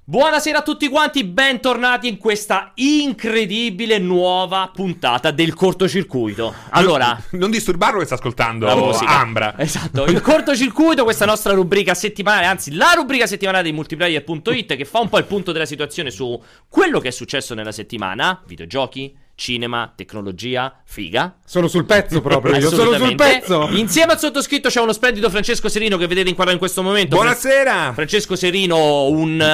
Buonasera a tutti quanti, bentornati in questa incredibile nuova puntata del cortocircuito. Allora, non disturbarlo che sta ascoltando la musica. Ambra. Esatto, il cortocircuito, questa nostra rubrica settimanale, anzi la rubrica settimanale di multiplayer.it, che fa un po' il punto della situazione su quello che è successo nella settimana: videogiochi, cinema, tecnologia, figa. Sono sul pezzo proprio, io sono sul pezzo. Insieme al sottoscritto c'è uno splendido Francesco Serino che vedete inquadrato in questo momento. Buonasera. Francesco Serino,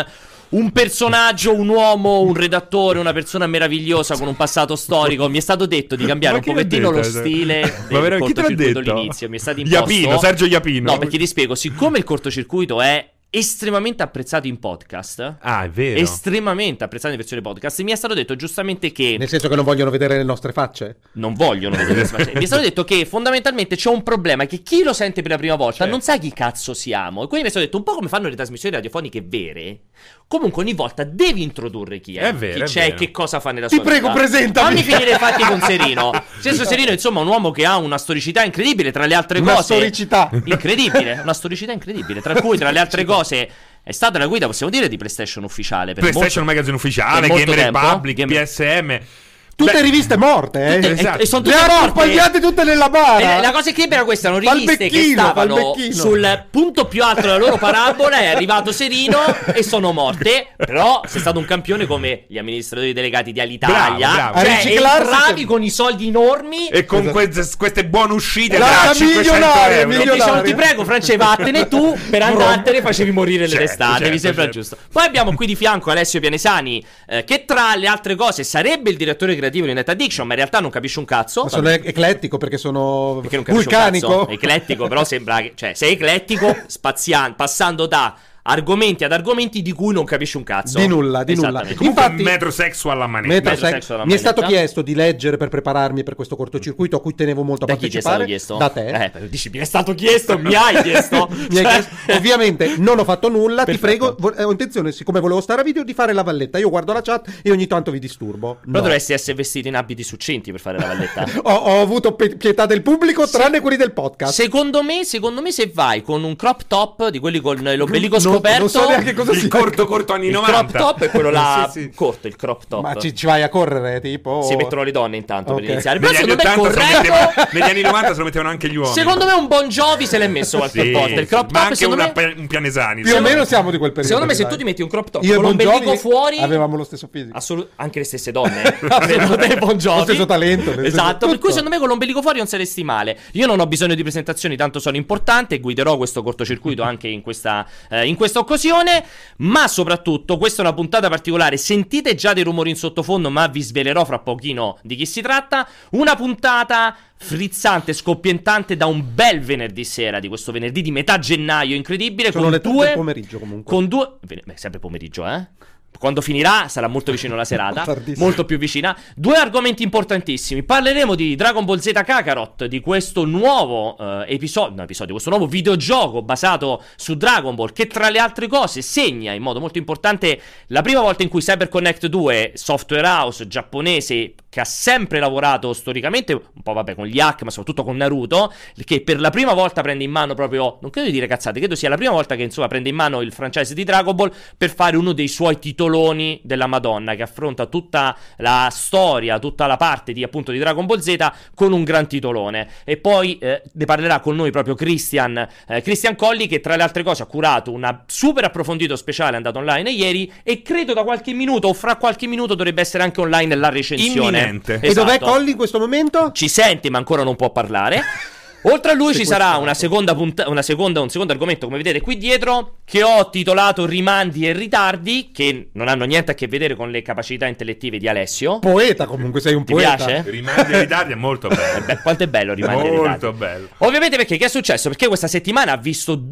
un personaggio, un uomo, un redattore, una persona meravigliosa con un passato storico. Mi è stato detto di cambiare un pochettino lo stile del cortocircuito all'inizio. Mi è stato imposto. Iapino, Sergio Iapino. No, perché ti spiego, siccome il cortocircuito è estremamente apprezzato in podcast. Ah, è vero. Estremamente apprezzato in versione podcast. Mi è stato detto giustamente che nel senso che non vogliono vedere le nostre facce? Non vogliono vedere le nostre facce. Mi è stato detto che fondamentalmente c'è un problema, che chi lo sente per la prima volta non sa chi cazzo siamo. E quindi mi è stato detto, un po' come fanno le trasmissioni radiofoniche vere, comunque ogni volta devi introdurre chi è vero, chi c'è e che cosa fa nella Ti sua vita. prego, presentami. Fammi finire i fatti con Serino. Senso Serino, insomma, un uomo che ha una storicità incredibile, tra le altre Una cose. storicità Incredibile, una storicità incredibile, tra cui tra le altre cose è stata la guida, possiamo dire, di PlayStation ufficiale per PlayStation molto, Magazine ufficiale, per molto Game tempo. Republic, PSM. Tutte riviste morte, E sono tutte le ha morte. accompagnate tutte nella bara. La cosa incredibile era questa, erano riviste che stavano Falbecchino. sul punto più alto della loro parabola. È arrivato Serino e sono morte. Però sei stato un campione come gli amministratori delegati di Alitalia. Bravo. A Cioè riciclarsi entravi che- con i soldi enormi E con queste buone uscite La da 500 milionaria, euro. e milionaria. dicevano, ti prego France, vattene tu. Per andartene facevi morire le testate. Mi sembra certo. giusto. Poi abbiamo qui di fianco Alessio Pianesani, che tra le altre cose sarebbe il direttore creativo di Net Addiction, ma in realtà non capisce un cazzo. Sono eclettico perché sono Perché non capisci un vulcanico. cazzo. Eclettico, però sembra che, cioè, sei eclettico spaziando, passando da argomenti ad argomenti di cui non capisci un cazzo. Di nulla, di nulla. Esattamente. Comunque Infatti- metrosexual a manetta. Metrosexual alla Mi è stato manetta. chiesto di leggere per prepararmi per questo cortocircuito a cui tenevo molto a Da chi ti è stato partecipare. chiesto? Da te. Dici, mi è stato chiesto, mi hai chiesto. Mi hai chiesto- Ovviamente non ho fatto nulla. Perfetto. Ti prego, ho intenzione, siccome volevo stare a video, di fare la valletta. Io guardo la chat e ogni tanto vi disturbo. Però No. dovresti essere vestito in abiti succinti per fare la valletta. Ho avuto pietà del pubblico, tranne quelli del podcast. Secondo me, se vai con un crop top di quelli con l'ombelico scoperto, Non so neanche cosa Il sia. corto anni il 90. crop top è quello là Sì, sì. corto, il crop top. Ma ci vai a correre, tipo? Si mettono le donne intanto Ok. per iniziare. Però Negli anni secondo me è 80 se lo corretto. mettevano- negli anni 90 se lo mettevano anche gli uomini. Secondo me un Bon Jovi se l'è messo qualche Sì, volta. Il crop ma top anche secondo me, un Pianesani. Più o meno siamo di quel periodo. secondo me se dai. tu ti metti un crop top Io e con Bon l'ombelico Jovi fuori, avevamo lo stesso fisico. anche le stesse donne. Secondo te Bon Jovi, Lo stesso talento, nel esatto. senso, Per cui tutto. secondo me con l'ombelico fuori non saresti male. Io non ho bisogno di presentazioni, tanto sono importante. Guiderò questo cortocircuito anche in questa occasione. Ma soprattutto, questa è una puntata particolare. Sentite già dei rumori in sottofondo, ma vi svelerò fra pochino di chi si tratta. Una puntata frizzante, scoppientante da un bel venerdì sera, di questo venerdì di metà gennaio, incredibile. Sono con le 3 due del pomeriggio comunque. con due, sempre pomeriggio, quando finirà sarà molto vicino alla serata, Tardissimo. molto più vicina. Due argomenti importantissimi. Parleremo di Dragon Ball Z Kakarot, di questo nuovo questo nuovo videogioco basato su Dragon Ball, che tra le altre cose segna in modo molto importante la prima volta in cui CyberConnect 2, software house giapponese che ha sempre lavorato storicamente, un po' vabbè con gli hack, ma soprattutto con Naruto, che per la prima volta prende in mano proprio, non credo di dire cazzate, credo sia la prima volta che insomma prende in mano il franchise di Dragon Ball per fare uno dei suoi titoloni della Madonna, che affronta tutta la storia, tutta la parte di appunto di Dragon Ball Z con un gran titolone. E poi ne parlerà con noi proprio Christian Colli, che tra le altre cose ha curato un super approfondito speciale andato online ieri, e credo da qualche minuto o fra qualche minuto dovrebbe essere anche online la recensione. Imminente. E dov'è Esatto. Colli in questo momento? Ci sente ma ancora non può parlare. Oltre a lui ci sarà un secondo argomento, come vedete qui dietro, che ho titolato Rimandi e ritardi, che non hanno niente a che vedere con le capacità intellettive di Alessio. Poeta comunque, sei un Ti poeta. piace? Rimandi in ritardi è molto bello. Beh, quanto è bello Rimandi e ritardi. Molto bello. Ovviamente perché che è successo? Perché questa settimana ha visto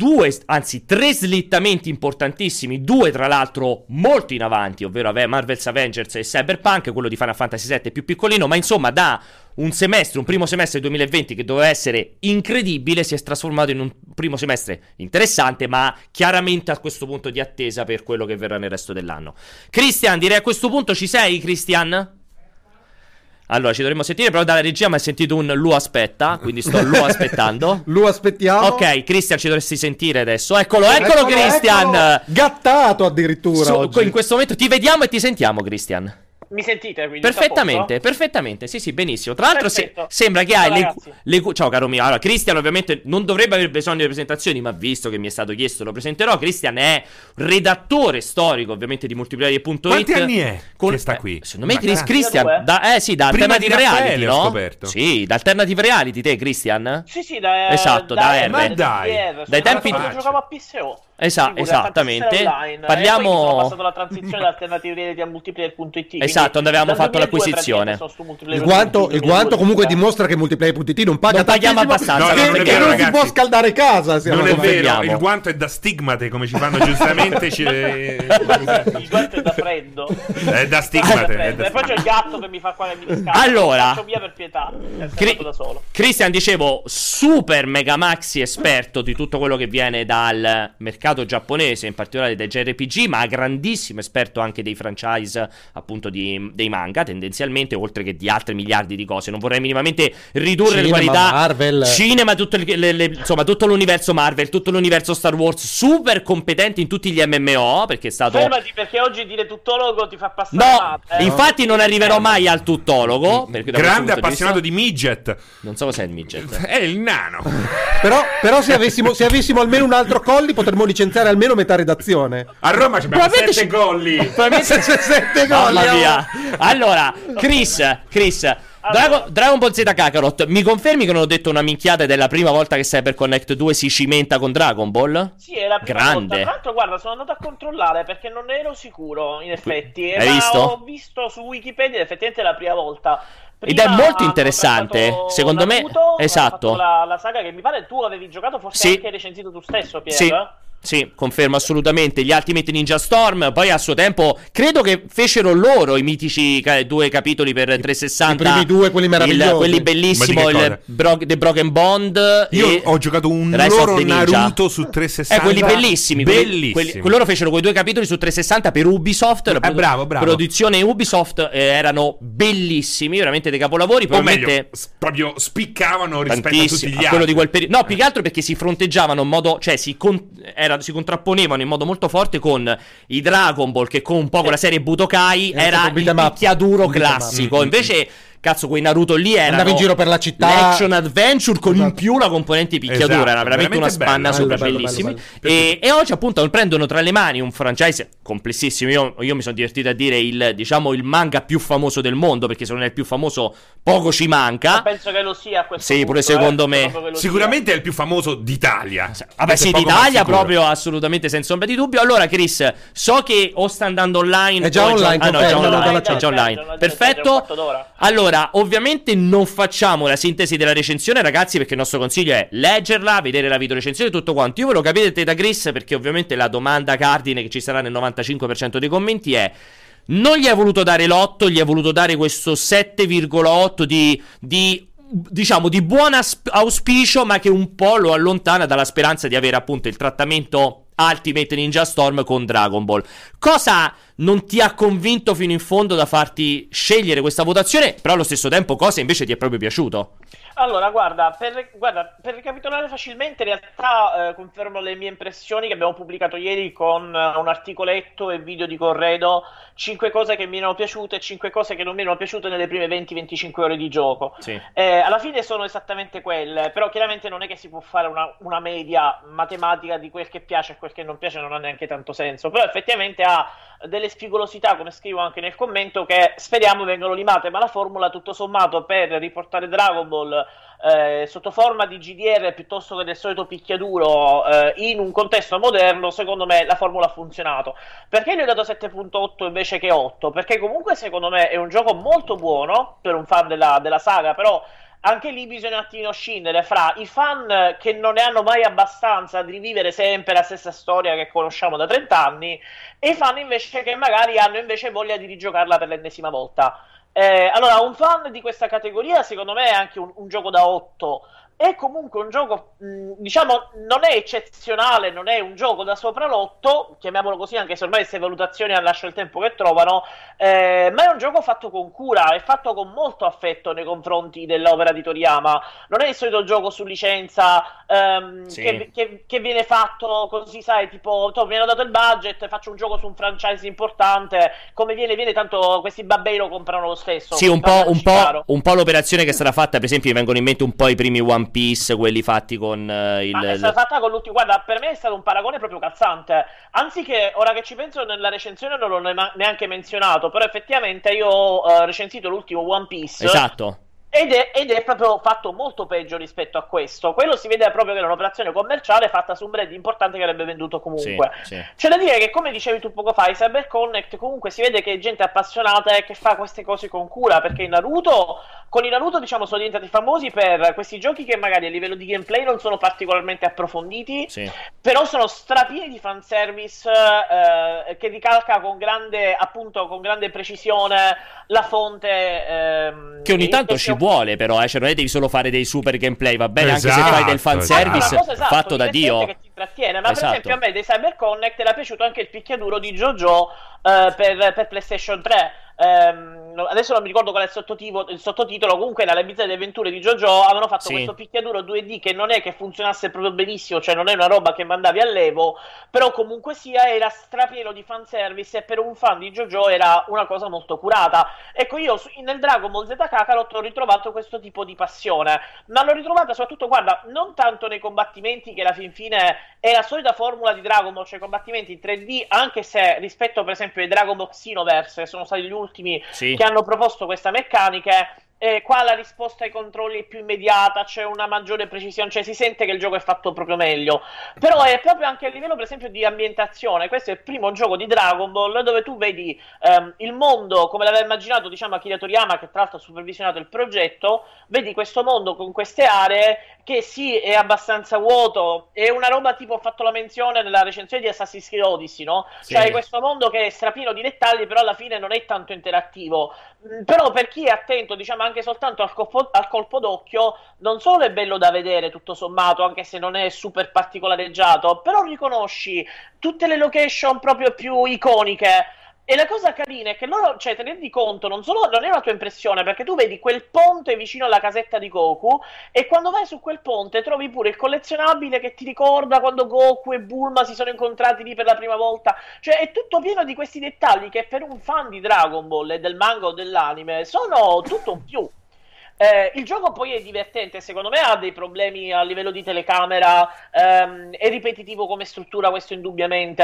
tre slittamenti importantissimi, due tra l'altro molto in avanti, ovvero Marvel's Avengers e Cyberpunk, quello di Final Fantasy VII più piccolino, ma insomma da un primo semestre 2020 che doveva essere incredibile, si è trasformato in un primo semestre interessante, ma chiaramente a questo punto di attesa per quello che verrà nel resto dell'anno. Christian, direi a questo punto ci sei, Christian? Allora, ci dovremmo sentire, però dalla regia mi ha sentito un Lu aspetta, quindi sto Lu aspettando. Lu aspettiamo. Ok, Christian, ci dovresti sentire adesso. Eccolo Christian. Eccolo. Gattato addirittura In questo momento ti vediamo e ti sentiamo, Christian. Mi sentite quindi? Perfettamente, sì, benissimo. Tra l'altro sembra che hai Ciao, ciao caro mio. Allora, Christian ovviamente non dovrebbe aver bisogno di presentazioni, ma visto che mi è stato chiesto lo presenterò. Christian è redattore storico ovviamente di Multiplayer.it. Quanti anni è che sta qui? Secondo me Christian da Alternative Reality, no? Scoperto. Sì, da Alternative Reality te, Christian? Sì, da esatto, da R. Ma dai, dai tempi giocavo a PSO. Esattamente. Parliamo. Poi sono passato la transizione da Alternative Reality a Multiplayer.it. Esatto, quando avevamo fatto l'acquisizione. Il guanto comunque dimostra che Multiplayer.it non paga paghiamo abbastanza. Perché non si può scaldare casa. Non è vero, il guanto è da stigmate, come ci fanno giustamente. Il guanto è da freddo. È da stigmate. E poi c'è il gatto che mi fa qua che mi scalda. Allora, faccio via per pietà. Da solo. Christian, dicevo, super mega maxi esperto di tutto quello che viene dal mercato giapponese, in particolare dei JRPG, ma grandissimo esperto anche dei franchise, appunto dei manga, tendenzialmente, oltre che di altre miliardi di cose. Non vorrei minimamente ridurre le qualità. Marvel. Cinema, insomma, tutto l'universo Marvel, tutto l'universo Star Wars, super competente in tutti gli MMO, perché è stato... Fermati, perché oggi dire tuttologo ti fa passare male. Infatti non arriverò mai al tuttologo, perché grande appassionato di midget. Non so cos'è il midget. È il nano. Però se avessimo almeno un altro colli potremmo licenziare almeno metà redazione. A Roma c'è 7 golli. Probabilmente 7 golli. Mamma mia. Allora, Chris, Dragon Ball Z Kakarot, mi confermi che non ho detto una minchiata ed è la prima volta che CyberConnect 2 si cimenta con Dragon Ball? Sì, è la prima Grande. volta. Tra l'altro, guarda, sono andato a controllare perché non ero sicuro, in effetti. Hai ma visto? ho visto su Wikipedia, effettivamente è la prima volta. Ed è molto interessante, secondo Naruto, me. Esatto. La saga che mi pare tu avevi giocato, forse anche recensito tu stesso, Pier. Sì. Sì, confermo assolutamente. Gli Ultimate Ninja Storm, poi a suo tempo credo che fecero loro i mitici 2 capitoli per 360. I primi 2, quelli meravigliosi. Quelli bellissimo, The Broken Bond. Io ho giocato un loro Naruto su 360. Quelli bellissimi. Loro fecero quei 2 capitoli su 360 per Ubisoft. Bravo. Produzione Ubisoft, erano bellissimi, veramente dei capolavori. O meglio, proprio spiccavano rispetto a tutti gli altri. Quello di quel periodo. No, più che altro perché si fronteggiavano in modo, cioè si contrapponevano in modo molto forte con i Dragon Ball, che con un po' con la serie Budokai era il picchiaduro classico. Invece cazzo, quei Naruto lì erano andavi in giro per la città, l'action adventure con in più la componente picchiatura. Esatto, era veramente una spanna super bellissima. E oggi appunto prendono tra le mani un franchise complessissimo. Io mi sono divertito a dire il manga più famoso del mondo, perché se non è il più famoso poco ci manca. Ma penso che lo sia a questo punto, pure secondo me. Sicuramente è il più famoso d'Italia. Vabbè, sì, d'Italia proprio, assolutamente, senza ombra di dubbio. Allora, Chris, so che o sta andando online. È già online. È già online. Perfetto. Allora, ovviamente non facciamo la sintesi della recensione, ragazzi, perché il nostro consiglio è leggerla, vedere la videorecensione e tutto quanto. Io ve lo capite da Chris, perché ovviamente la domanda cardine che ci sarà nel 95% dei commenti è: non gli hai voluto dare l'8, gli hai voluto dare questo 7,8 di buon auspicio, ma che un po' lo allontana dalla speranza di avere appunto il trattamento Ultimate Ninja Storm con Dragon Ball. Cosa non ti ha convinto fino in fondo da farti scegliere questa votazione, però allo stesso tempo cosa invece ti è proprio piaciuto? Allora, guarda, per ricapitolare facilmente, in realtà confermo le mie impressioni che abbiamo pubblicato ieri con un articoletto e video di Corredo, 5 cose che mi erano piaciute e 5 cose che non mi erano piaciute nelle prime 20-25 ore di gioco. Sì. Alla fine sono esattamente quelle, però chiaramente non è che si può fare una media matematica di quel che piace e quel che non piace, non ha neanche tanto senso, però effettivamente ha delle spigolosità, come scrivo anche nel commento, che speriamo vengano limate, ma la formula tutto sommato per riportare Dragon Ball sotto forma di GDR piuttosto che del solito picchiaduro in un contesto moderno, secondo me la formula ha funzionato. Perché gli ho dato 7.8 invece che 8? Perché comunque secondo me è un gioco molto buono per un fan della saga, però anche lì bisogna un attimino scindere fra i fan che non ne hanno mai abbastanza di rivivere sempre la stessa storia che conosciamo da 30 anni e i fan invece che magari hanno invece voglia di rigiocarla per l'ennesima volta. Allora, un fan di questa categoria secondo me è anche un gioco da 8, è comunque un gioco, diciamo, non è eccezionale, non è un gioco da sopralotto, chiamiamolo così, anche se ormai queste valutazioni lasciano il tempo che trovano, ma è un gioco fatto con cura, è fatto con molto affetto nei confronti dell'opera di Toriyama. Non è il solito gioco su licenza che viene fatto così, sai, tipo, mi hanno dato il budget, faccio un gioco su un franchise importante, come viene tanto questi babbei lo comprano lo stesso. Sì, un po' l'operazione che è stata fatta, per esempio, mi vengono in mente un po' i primi One Piece, quelli fatti con è stata fatta con l'ultimo. Guarda, per me è stato un paragone proprio calzante. Anzi, che ora che ci penso, nella recensione non l'ho neanche menzionato, però effettivamente io ho recensito l'ultimo One Piece. Esatto. Ed è proprio fatto molto peggio rispetto a questo. Quello si vede proprio che era un'operazione commerciale fatta su un brand importante che avrebbe venduto comunque. Sì. C'è da dire che, come dicevi tu poco fa, i CyberConnect comunque si vede che è gente appassionata e che fa queste cose con cura, perché con i Naruto, diciamo, sono diventati famosi per questi giochi che magari a livello di gameplay non sono particolarmente approfonditi, però sono strapieni di fanservice, che ricalca con grande precisione la fonte, che ogni tanto ci vuole, però cioè non è devi solo fare dei super gameplay, va bene, anche se fai del fanservice fatto da Dio, che ti intrattiene. Ma per esempio a me dei CyberConnect era piaciuto anche il picchiaduro di JoJo per PlayStation 3. Adesso non mi ricordo qual è il sottotitolo, comunque era le bizzarre avventure di JoJo. Avevano fatto questo picchiaduro 2D che non è che funzionasse proprio benissimo, cioè non è una roba che mandavi all'evo, però comunque sia era strapieno di fanservice e per un fan di JoJo era una cosa molto curata. Ecco, io nel Dragon Ball Z Kakarot ho ritrovato questo tipo di passione, ma l'ho ritrovata soprattutto, guarda, non tanto nei combattimenti, che alla fin fine è la solita formula di Dragon Ball, cioè combattimenti in 3D, anche se rispetto per esempio ai Dragon Ball Xenoverse, che sono stati gli ultimi che hanno proposto questa meccanica, qua la risposta ai controlli è più immediata, c'è una maggiore precisione, cioè si sente che il gioco è fatto proprio meglio. Però è proprio anche a livello per esempio di ambientazione. Questo è il primo gioco di Dragon Ball dove tu vedi il mondo come l'aveva immaginato, diciamo, Akira Toriyama, che tra l'altro ha supervisionato il progetto. Vedi questo mondo con queste aree che sì, è abbastanza vuoto, è una roba tipo, ho fatto la menzione nella recensione di Assassin's Creed Odyssey, no? Cioè hai questo mondo che è strapieno di dettagli, però alla fine non è tanto interattivo. Però per chi è attento, diciamo, anche soltanto al colpo d'occhio, non solo è bello da vedere tutto sommato, anche se non è super particolareggiato, però riconosci tutte le location proprio più iconiche. E la cosa carina è che loro, cioè, te ne rendi conto, non è una tua impressione, perché tu vedi quel ponte vicino alla casetta di Goku e quando vai su quel ponte trovi pure il collezionabile che ti ricorda quando Goku e Bulma si sono incontrati lì per la prima volta. Cioè è tutto pieno di questi dettagli che per un fan di Dragon Ball e del manga o dell'anime sono tutto un più. Il gioco poi è divertente, secondo me ha dei problemi a livello di telecamera, è ripetitivo come struttura, questo indubbiamente,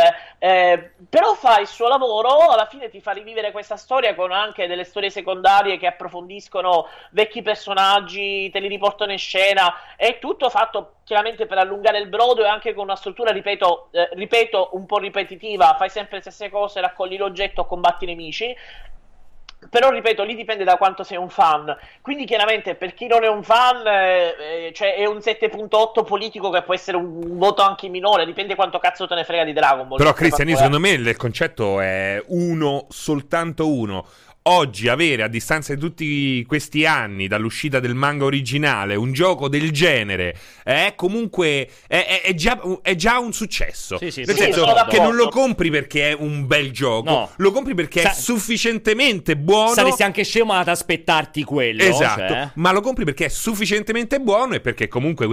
però fa il suo lavoro, alla fine ti fa rivivere questa storia con anche delle storie secondarie che approfondiscono vecchi personaggi, te li riportano in scena, è tutto fatto chiaramente per allungare il brodo e anche con una struttura, ripeto, un po' ripetitiva, fai sempre le stesse cose, raccogli l'oggetto, combatti i nemici. Però ripeto, lì dipende da quanto sei un fan. Quindi chiaramente per chi non è un fan, cioè è un 7.8 politico che può essere un voto anche minore, dipende quanto cazzo te ne frega di Dragon Ball. Però Cristian, secondo me il concetto è uno, soltanto uno. Oggi avere, a distanza di tutti questi anni dall'uscita del manga originale, un gioco del genere è comunque è già un successo. Nel senso che non lo compri perché è un bel gioco, lo compri perché è sufficientemente buono. Saresti anche scemo ad aspettarti quello. Esatto, cioè. ma lo compri perché è sufficientemente buono e perché comunque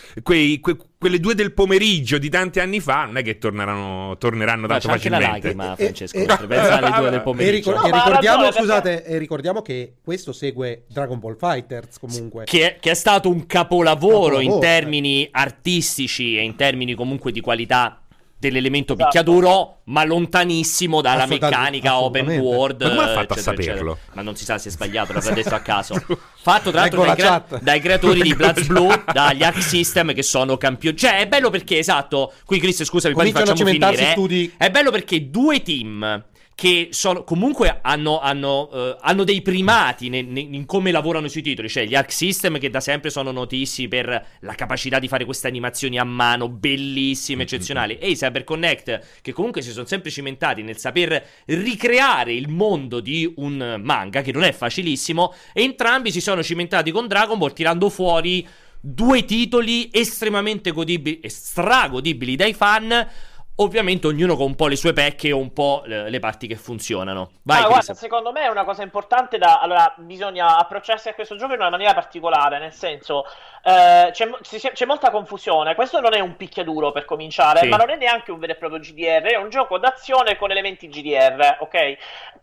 quelle due del pomeriggio di tanti anni fa non è che torneranno tanto facilmente. Anche la lacrima, Francesco, pensa alle due del pomeriggio. Ricordiamo che questo segue Dragon Ball FighterZ comunque, che è stato un capolavoro in termini artistici e in termini comunque di qualità dell'elemento picchiaduro, ma lontanissimo dalla meccanica open world. Ma come ha fatto a saperlo? Ma non si sa se è sbagliato, l'avrà detto a caso. Fatto tra l'altro dai creatori di BlazBlue, dagli Arc System, che sono campioni. Cioè è bello perché, esatto, qui Chris scusami, poi ti facciamo finire. È bello perché due team che sono, comunque hanno dei primati in come lavorano sui titoli. Cioè gli Arc System, che da sempre sono notissimi per la capacità di fare queste animazioni a mano bellissime, eccezionali, e i CyberConnect, che comunque si sono sempre cimentati nel saper ricreare il mondo di un manga, che non è facilissimo, e entrambi si sono cimentati con Dragon Ball tirando fuori due titoli estremamente godibili e stragodibili dai fan. Ovviamente ognuno con un po' le sue pecche e un po' le parti che funzionano. Vai, guarda, secondo me è una cosa importante allora, bisogna approcciarsi a questo gioco in una maniera particolare, nel senso, c'è molta confusione. Questo non è un picchiaduro per cominciare, Sì. ma non è neanche un vero e proprio GDR, è un gioco d'azione con elementi GDR, ok?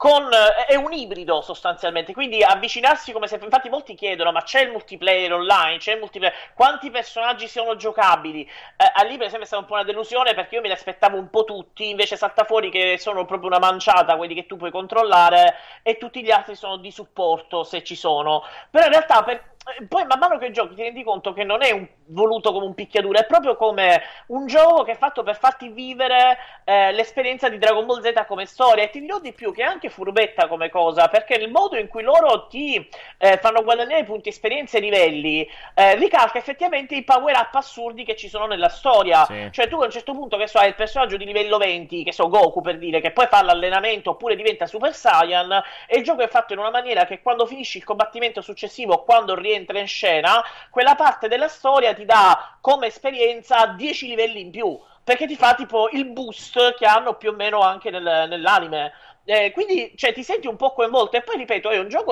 È un ibrido sostanzialmente, quindi avvicinarsi come se... Infatti molti chiedono, ma c'è il multiplayer online? C'è il multiplayer? Quanti personaggi sono giocabili? A lì per esempio è stata un po' una delusione, perché io me li aspettavo un po' tutti, invece salta fuori che sono proprio una manciata quelli che tu puoi controllare e tutti gli altri sono di supporto, se ci sono. Però in realtà poi man mano che giochi ti rendi conto che non è voluto come un picchiaduro, è proprio come un gioco che è fatto per farti vivere l'esperienza di Dragon Ball Z come storia. E ti dirò di più, che è anche furbetta come cosa, perché il modo in cui loro ti fanno guadagnare punti esperienza e livelli ricalca effettivamente i power up assurdi che ci sono nella storia. Sì. Cioè tu a un certo punto, che so, hai il personaggio di livello 20, che so, Goku per dire, che poi fa l'allenamento oppure diventa Super Saiyan, e il gioco è fatto in una maniera che quando finisci il combattimento successivo, quando rientra in scena, quella parte della storia ti dà come esperienza 10 livelli in più, perché ti fa tipo il boost che hanno più o meno anche nell'anime. Quindi cioè, ti senti un po' coinvolto. E poi ripeto, è un gioco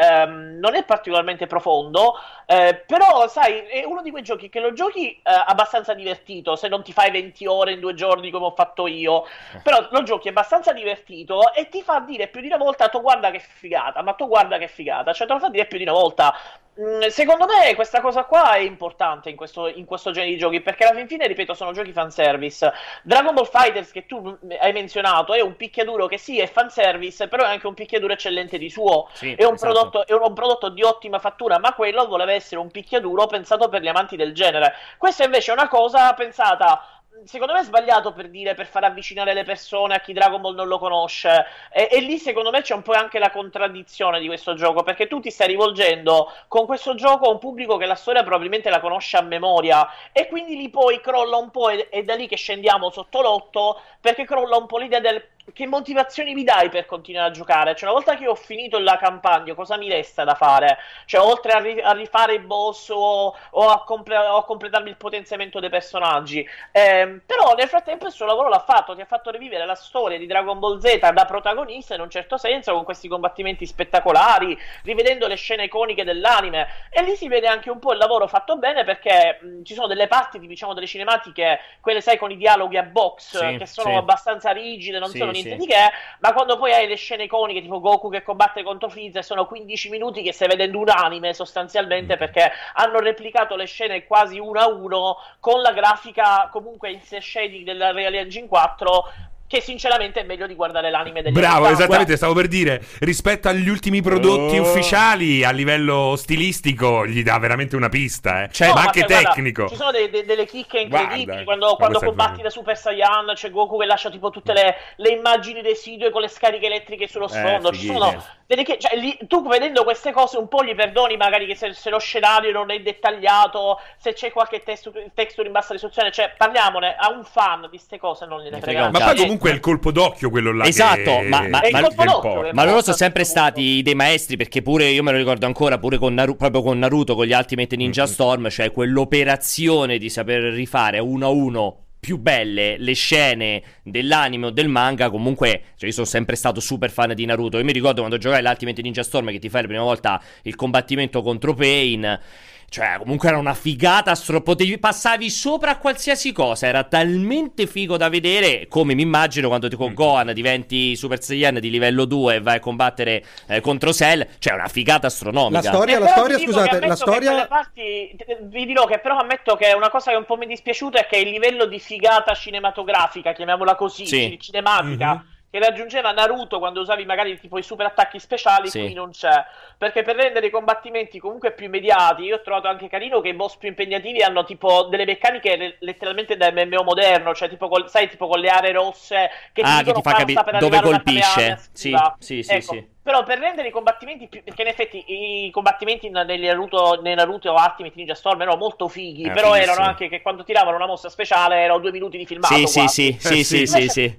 non è particolarmente profondo, però sai, è uno di quei giochi che lo giochi abbastanza divertito, se non ti fai 20 ore in 2 giorni come ho fatto io, però lo giochi abbastanza divertito e ti fa dire più di una volta: tu guarda che figata, ma tu guarda che figata, cioè te lo fa dire più di una volta. Secondo me questa cosa qua è importante in questo genere di giochi, perché alla fin fine, ripeto, sono giochi fanservice. Dragon Ball FighterZ, che tu hai menzionato, è un picchiaduro che sì è fanservice, però è anche un picchiaduro eccellente di suo. Sì, È un esatto. prodotto di ottima fattura, ma quello voleva essere un picchiaduro pensato per gli amanti del genere. Questa invece è una cosa pensata, secondo me è sbagliato, per far avvicinare le persone a chi Dragon Ball non lo conosce, e lì secondo me c'è un po' anche la contraddizione di questo gioco, perché tu ti stai rivolgendo con questo gioco a un pubblico che la storia probabilmente la conosce a memoria, e quindi lì poi crolla un po', è da lì che scendiamo sotto l'otto, perché crolla un po' l'idea del che motivazioni mi dai per continuare a giocare. Cioè, una volta che ho finito la campagna, cosa mi resta da fare? Cioè, oltre a rifare i boss o a completarmi il potenziamento dei personaggi. Però nel frattempo il suo lavoro l'ha fatto, ti ha fatto rivivere la storia di Dragon Ball Z da protagonista in un certo senso, con questi combattimenti spettacolari, rivedendo le scene iconiche dell'anime, e lì si vede anche un po' il lavoro fatto bene, perché ci sono delle parti, diciamo, delle cinematiche, quelle sai con i dialoghi a box, Sì, che sono sì. abbastanza rigide, non Sì, sono niente sì. di che, ma quando poi hai le scene iconiche tipo Goku che combatte contro Freezer, sono 15 minuti che stai vedendo un anime sostanzialmente, perché hanno replicato le scene quasi uno a uno con la grafica comunque in cel shading della Real Engine 4, che sinceramente è meglio di guardare l'anime degli Bravo, anni 80. esattamente, stavo per dire, rispetto agli ultimi prodotti ufficiali, a livello stilistico, gli dà veramente una pista, Cioè, No, ma ma anche guarda, tecnico. ci sono delle chicche incredibili. Guarda, quando questo è combatti vero. da Super Saiyan, c'è Goku che lascia tipo tutte le immagini residue con le scariche elettriche sullo sfondo. Ci fighissimo. sono cioè, tu vedendo queste cose un po' gli perdoni magari che se lo scenario non è dettagliato, se c'è qualche texture in bassa risoluzione, cioè parliamone a un fan di queste cose, non gliene Ne frega frega un Ma cazzo. poi comunque è il colpo d'occhio quello là. Esatto, che... ma È il colpo d'occhio, importa. Ma loro sono Forza, sempre appunto. stati dei maestri, perché pure io me lo ricordo ancora, pure con proprio con Naruto, con gli Ultimate Ninja Storm, cioè quell'operazione di saper rifare uno a uno più belle le scene dell'anime o del manga. Comunque, cioè, io sono sempre stato super fan di Naruto. Io mi ricordo quando giocai l'Ultimate Ninja Storm, che ti fai la prima volta il combattimento contro Pain. Cioè, comunque era una figata, passavi sopra a qualsiasi cosa, era talmente figo da vedere, come mi immagino quando con Gohan diventi Super Saiyan di livello 2 e vai a combattere contro Cell, cioè una figata astronomica. La storia, Però ti dico scusate, che la ammetto che storia... quelle parti, vi dirò che però ammetto che una cosa che un po' mi è dispiaciuta è che il livello di figata cinematografica, chiamiamola così, Sì. cinematica, che raggiungeva Naruto quando usavi magari tipo i super attacchi speciali, Sì. qui non c'è, perché per rendere i combattimenti comunque più immediati, io ho trovato anche carino che i boss più impegnativi hanno tipo delle meccaniche letteralmente da MMO moderno, cioè tipo tipo con le aree rosse che ti Che dicono ti fa quando capire sta per dove arrivare una colpisce. taleana Sì, estiva. sì, Ecco, sì. però per rendere i combattimenti più... perché in effetti i combattimenti nei Naruto o Ultimate Ninja Storm erano molto fighi, però fighissimo. erano anche che quando tiravano una mossa speciale erano 2 minuti di filmato Sì, sì, quasi. sì, sì, sì, sì, sì.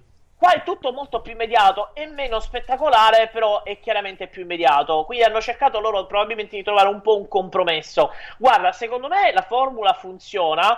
Qua è tutto molto più immediato e meno spettacolare, però è chiaramente più immediato. Quindi hanno cercato loro probabilmente di trovare un po' un compromesso. Guarda, secondo me la formula funziona.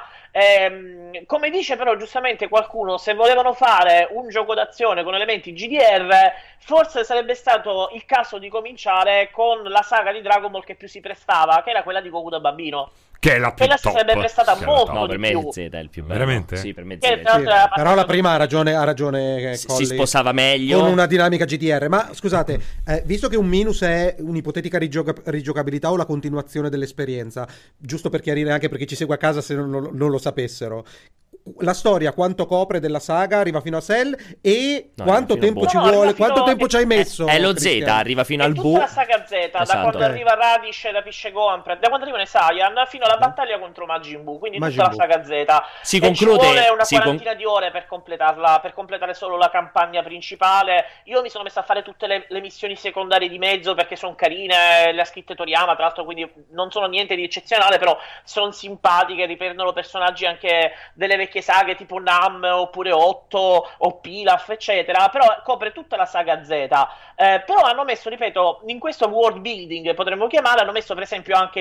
Come dice però giustamente qualcuno, se volevano fare un gioco d'azione con elementi GDR, forse sarebbe stato il caso di cominciare con la saga di Dragon Ball che più si prestava, che era quella di Goku da bambino. Che è la più Quella si top. sarebbe prestata Che è la molto top. No, per di me più. Z è il più bello. Veramente? Sì, per me Z Che è tra il l'altro era Però la prima ha ragione si Colli, sposava meglio. con una dinamica GDR. Ma scusate, visto che un minus è un'ipotetica rigiocabilità o la continuazione dell'esperienza, giusto per chiarire anche per chi ci segue a casa se non lo sapessero, la storia quanto copre della saga, arriva fino a Cell, e No, quanto arriva fino tempo a ci Boh. No, vuole, arriva quanto fino- tempo ci hai messo? È lo Z, Cristiano? arriva fino È al tutta Bu. la saga Z, da Esatto. quando arriva Radish e rapisce Gohan, da quando arrivano i Saiyan fino alla battaglia contro Majin Buu, quindi Majin tutta la Buu. saga Z. Si E conclude- ci vuole una si con- quarantina di ore per completarla, per completare solo la campagna principale. Io mi sono messo a fare tutte le missioni secondarie di mezzo perché sono carine, le ha scritte Toriyama, tra l'altro, quindi non sono niente di eccezionale, però sono simpatiche, riprendono personaggi anche delle vecchie saghe tipo Nam oppure 8 o Pilaf, eccetera, però copre tutta la saga Z. Però hanno messo, ripeto, in questo world building, potremmo chiamare, hanno messo per esempio anche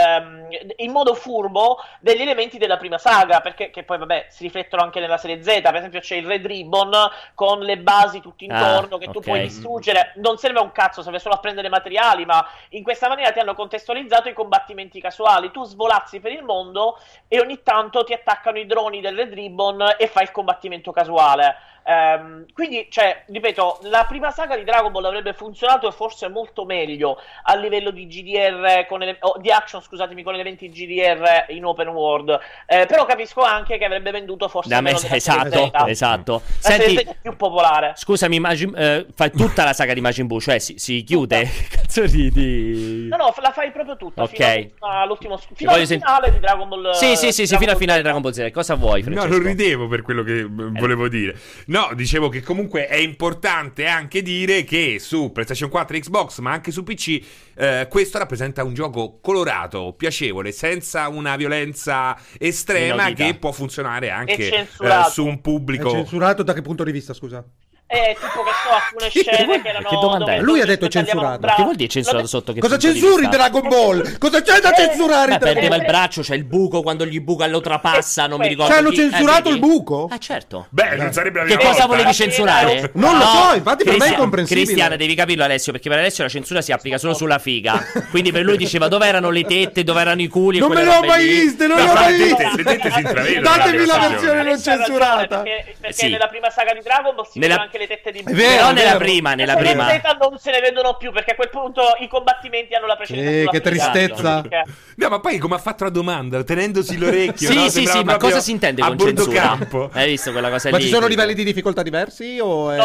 in modo furbo degli elementi della prima saga, perché che poi vabbè si riflettono anche nella serie Z. Per esempio c'è il Red Ribbon con le basi tutti intorno che tu ok. puoi distruggere, non serve a un cazzo, serve solo a prendere materiali, ma in questa maniera ti hanno contestualizzato i combattimenti casuali. Tu svolazzi per il mondo e ogni tanto ti attaccano i droni del Red Ribbon e fai il combattimento casuale. Quindi, cioè, ripeto, la prima saga di Dragon Ball avrebbe funzionato e forse molto meglio a livello di GDR di action, scusatemi, con elementi GDR in open world. Però capisco anche che avrebbe venduto forse Da me, meno della esatto, serie Z. esatto. La serie Senti, Z è più popolare. scusami, fai tutta la saga di Majin Buu, cioè si chiude? Cazzo di... No, la fai proprio tutta, Ok. fino all'ultimo fino Voglio al finale di Dragon Ball. Sì, fino al finale di Z. Dragon Ball Z. Cosa vuoi, No, Francesco? non ridevo per quello che volevo dire. No, dicevo che comunque è importante anche dire che su PlayStation 4 e Xbox, ma anche su PC, questo rappresenta un gioco colorato, piacevole, senza una violenza estrema, Inaudita. che può funzionare E anche censurato. su un È pubblico. censurato da che punto di vista, scusa? Tipo che so, alcune scene che erano Che domanda dove è? Lui ha dove detto tagliavano censurato. un braccio. Che vuol dire censurato Vabbè, sotto che Cosa punto di censuri in vista? Dragon Ball? Cosa c'è da censurare in Beh, Dragon perdeva Ball? il braccio, c'è il buco quando gli buca lo trapassa, non mi ricordo Ci hanno chi. censurato vedi? il buco? Ah, certo. Beh, non sarebbe la Che prima cosa volta, volevi censurare? Non lo so, infatti per me è Cristian- incomprensibile. Cristian, devi capirlo, Alessio, perché per Alessio la censura si applica solo sulla figa. Quindi per lui diceva dove erano le tette, dove erano i culi. Non e me quelle le ho robe mai lì. viste, non No, le ho ma mai le viste. tette- le tette si intravedono. Datemi la nella versione non Alessio ha ragione, censurata. perché Sì. nella prima saga di Dragon Ball si Nella- vedono anche le tette di È vero, Però è nella vero. prima, nella Nella prima. Z non se ne vedono più perché a quel punto i combattimenti hanno la precedenza sulla Che figa. tristezza. Perché- No, ma poi come ha fatto la domanda, tenendosi l'orecchio, Sì, no? sì, Sembrava sì, ma proprio cosa si intende a con bordo censura? campo. Hai visto quella cosa Ma lì? ci sono livelli di difficoltà diversi? O è... No,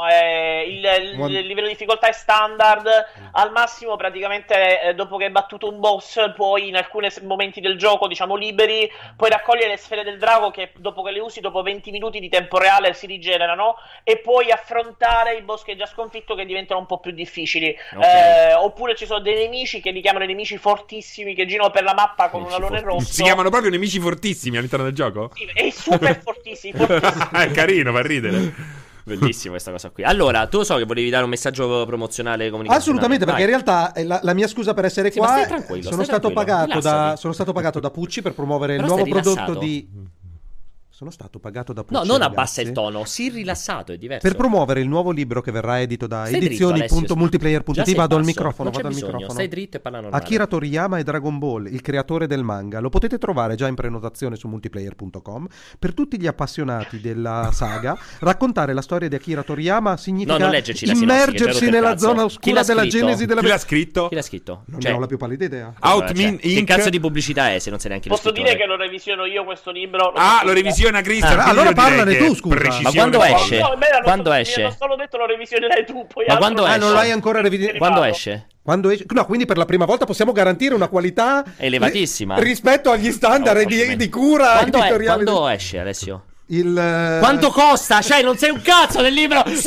il livello di difficoltà è standard. Al massimo, praticamente, dopo che hai battuto un boss, puoi in alcuni momenti del gioco, diciamo liberi, puoi raccogliere le sfere del drago che dopo che le usi, dopo 20 minuti di tempo reale si rigenerano e puoi affrontare i boss che hai già sconfitto, che diventano un po' più difficili. Ok. Oppure ci sono dei nemici che li chiamano nemici fortissimi che girano per la mappa con un Nemici alone fortissimi. rosso. Si chiamano proprio nemici fortissimi all'interno del gioco? Sì, e super fortissimi, fortissimi. È carino, fa ridere. Bellissimo questa cosa qui. Allora, tu so che volevi dare un messaggio promozionale comunicazionale. Assolutamente, perché in Vai. realtà la mia scusa per essere Sì, ma qua stai tranquillo, sono stai stato tranquillo, pagato rilassati. sono stato pagato da Pucci per promuovere il Però nuovo stai prodotto rilassato. di Sono stato pagato da Pucci. No, non ragazzi, abbassa il tono, sii rilassato, è diverso. per promuovere il nuovo libro che verrà edito da Stai dritto, Alessio. Già edizioni.multiplayer.it. sei Vado al basso, microfono, non c'è vado al bisogno, microfono. stai dritto e parla normale. Akira Toriyama e Dragon Ball, il creatore del manga. Lo potete trovare già in prenotazione su multiplayer.com. Per tutti gli appassionati della saga, raccontare la storia di Akira Toriyama significa No, non leggerci la sinossi, che immergersi c'è rotto il nella cazzo. zona Chi oscura l'ha della scritto? genesi della Chi l'ha scritto? Chi l'ha scritto? Non Cioè, ne ho la più pallida idea. Outmin Che Inc. cazzo di pubblicità è se non sei neanche lo Posso dire scrittore? che lo revisiono io questo libro? Ah, lo revisiona Cristian. Ah, quindi allora io direi parlane che tu, scusa. precisione Ma quando forte. esce? Quando esce? Non solo detto lo revisionerai tu, poi Ma altro quando non- esce? non l'hai ancora revisionato? Quando esce? Quando esce? No, quindi per la prima volta possiamo garantire una qualità Elevatissima. rispetto agli standard No, di cura Quando editoriali. esce, Alessio? Quanto costa? Cioè, non sai un cazzo del libro. Non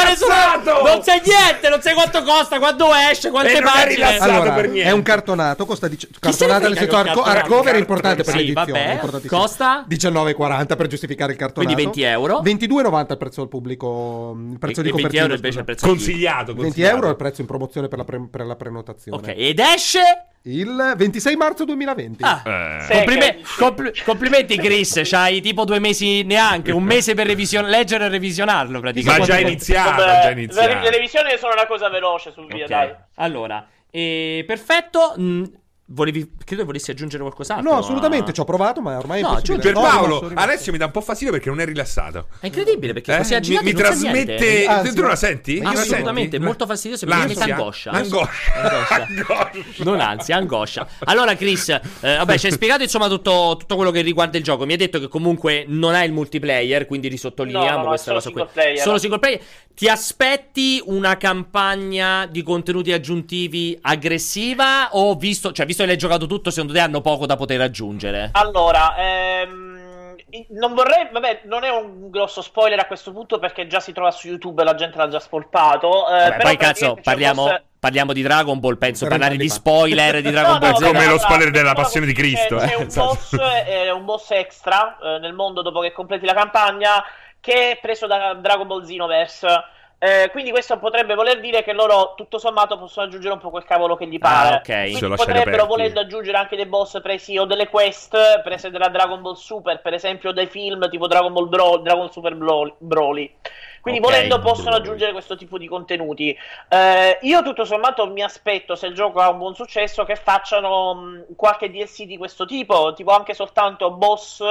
sai niente, non sai quanto costa, quando esce, quante pagine. Allora, è un cartonato, costa cartonato nel senso hardcover è importante per l'edizione. Vabbè, costa 19,40 per giustificare il cartonato. Quindi 20 euro. 22,90 il prezzo al pubblico, il prezzo di copertina. 20 euro invece il prezzo consigliato. 20 euro è il prezzo in promozione per la prenotazione. Ok, ed esce il 26 marzo 2020. Complimenti Chris, c'hai tipo 2 mesi, neanche un mese per leggere e revisionarlo praticamente. Ma già iniziata. Le revisioni sono una cosa veloce sul via, dai. Allora, perfetto. Credo volessi aggiungere qualcos'altro. No, assolutamente, ci ho provato, ma ormai è impossibile. Per Paolo, Alessio mi dà un po' fastidio perché non è rilassato. È incredibile perché così agitato mi trasmette. Tu la senti? Assolutamente, è molto fastidioso perché mi mette angoscia. Non ansia, angoscia. Allora Chris, vabbè, ci hai spiegato insomma tutto quello che riguarda il gioco. Mi hai detto che comunque non è il multiplayer, quindi risottolineiamo questa cosa qui. Solo single player. Ti aspetti una campagna di contenuti aggiuntivi aggressiva o visto che l'hai giocato tutto, secondo te hanno poco da poter aggiungere? Allora, non vorrei, vabbè, non è un grosso spoiler a questo punto perché già si trova su YouTube e la gente l'ha già spolpato. Però poi cazzo, parliamo di Dragon Ball, penso parlare di spoiler di Dragon Ball Z. Come lo spoiler della Passione di Cristo. C'è un boss extra nel mondo dopo che completi la campagna che è preso da Dragon Ball Xenoverse. Quindi questo potrebbe voler dire che loro tutto sommato possono aggiungere un po' quel cavolo che gli pare. Okay. Quindi potrebbero volendo aggiungere anche dei boss presi o delle quest prese dalla Dragon Ball Super, per esempio dei film tipo Dragon Super Broly. Quindi volendo possono aggiungere questo tipo di contenuti. Io tutto sommato mi aspetto, se il gioco ha un buon successo, che facciano qualche DLC di questo tipo anche soltanto boss